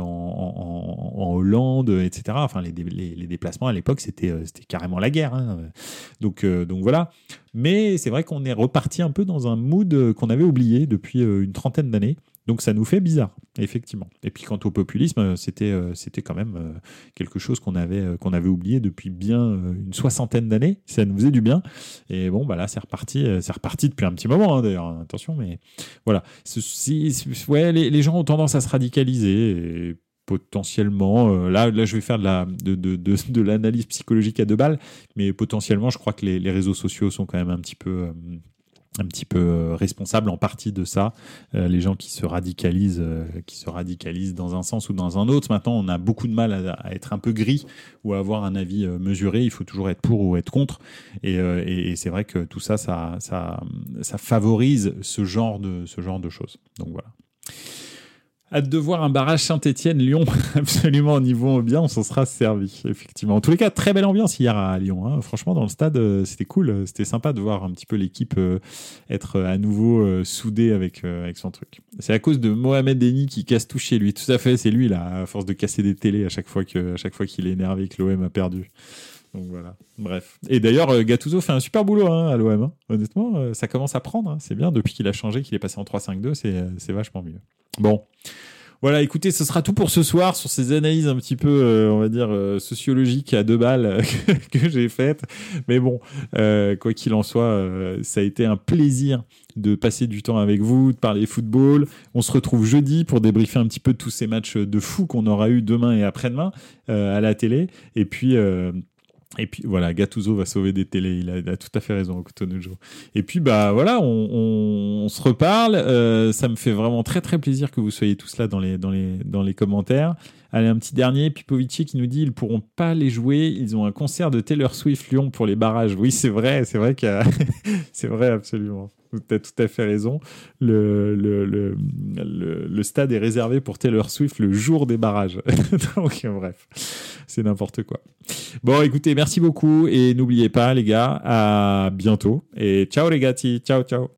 en, en Hollande, et cetera. Enfin, les, les, les déplacements à l'époque, c'était, c'était carrément la guerre. Hein. Donc, euh, donc voilà. Mais c'est vrai qu'on est reparti un peu dans un mood qu'on avait oublié depuis une trentaine d'années. Donc ça nous fait bizarre, effectivement. Et puis quant au populisme, c'était, c'était quand même quelque chose qu'on avait, qu'on avait oublié depuis bien une soixantaine d'années. Ça nous faisait du bien. Et bon, bah là, c'est reparti, c'est reparti depuis un petit moment, hein, d'ailleurs. Attention, mais voilà. Si, ouais, les, les gens ont tendance à se radicaliser. Et potentiellement, euh, là, là, je vais faire de, la, de, de, de, de l'analyse psychologique à deux balles, mais potentiellement, je crois que les, les réseaux sociaux sont quand même un petit peu... Euh, un petit peu responsable en partie de ça, euh, les gens qui se radicalisent euh, qui se radicalisent dans un sens ou dans un autre. Maintenant, on a beaucoup de mal à, à être un peu gris ou à avoir un avis euh, mesuré. Il faut toujours être pour ou être contre, et, euh, et, et c'est vrai que tout ça, ça, ça, ça favorise ce genre de, ce genre de choses. Donc voilà. Hâte de voir un barrage Saint-Étienne-Lyon, absolument au niveau bien, on s'en sera servi, effectivement. En tous les cas, très belle ambiance hier à Lyon. Hein. Franchement, dans le stade, euh, c'était cool, c'était sympa de voir un petit peu l'équipe euh, être à nouveau euh, soudée avec, euh, avec son truc. C'est à cause de Mohamed Eni qui casse tout chez lui. Tout à fait, c'est lui, là, à force de casser des télés à chaque fois, que, à chaque fois qu'il est énervé et que l'O M a perdu. Donc voilà, bref. Et d'ailleurs, euh, Gattuso fait un super boulot hein, à l'O M. Hein. Honnêtement, euh, ça commence à prendre. Hein. C'est bien, depuis qu'il a changé, qu'il est passé en trois cinq deux, c'est, c'est vachement mieux. Bon, voilà, écoutez, ce sera tout pour ce soir sur ces analyses un petit peu, euh, on va dire, euh, sociologiques à deux balles euh, que, que j'ai faites. Mais bon, euh, quoi qu'il en soit, euh, ça a été un plaisir de passer du temps avec vous, de parler football. On se retrouve jeudi pour débriefer un petit peu de tous ces matchs de fou qu'on aura eu demain et après-demain euh, à la télé. Et puis... Euh, Et puis voilà, Gattuso va sauver des télés, il a, il a tout à fait raison, Cotonujo. Et puis bah voilà, on, on, on se reparle, euh, ça me fait vraiment très très plaisir que vous soyez tous là dans les, dans les, dans les commentaires. Allez, un petit dernier, Pipovici qui nous dit ils pourront pas les jouer, ils ont un concert de Taylor Swift Lyon pour les barrages. Oui, c'est vrai, c'est vrai qu'il y a... c'est vrai absolument. Tu as tout à fait raison. Le, le, le, le, le stade est réservé pour Taylor Swift le jour des barrages. Donc, bref, c'est n'importe quoi. Bon, écoutez, merci beaucoup et n'oubliez pas, les gars, à bientôt. Et ciao les gars, ciao, ciao.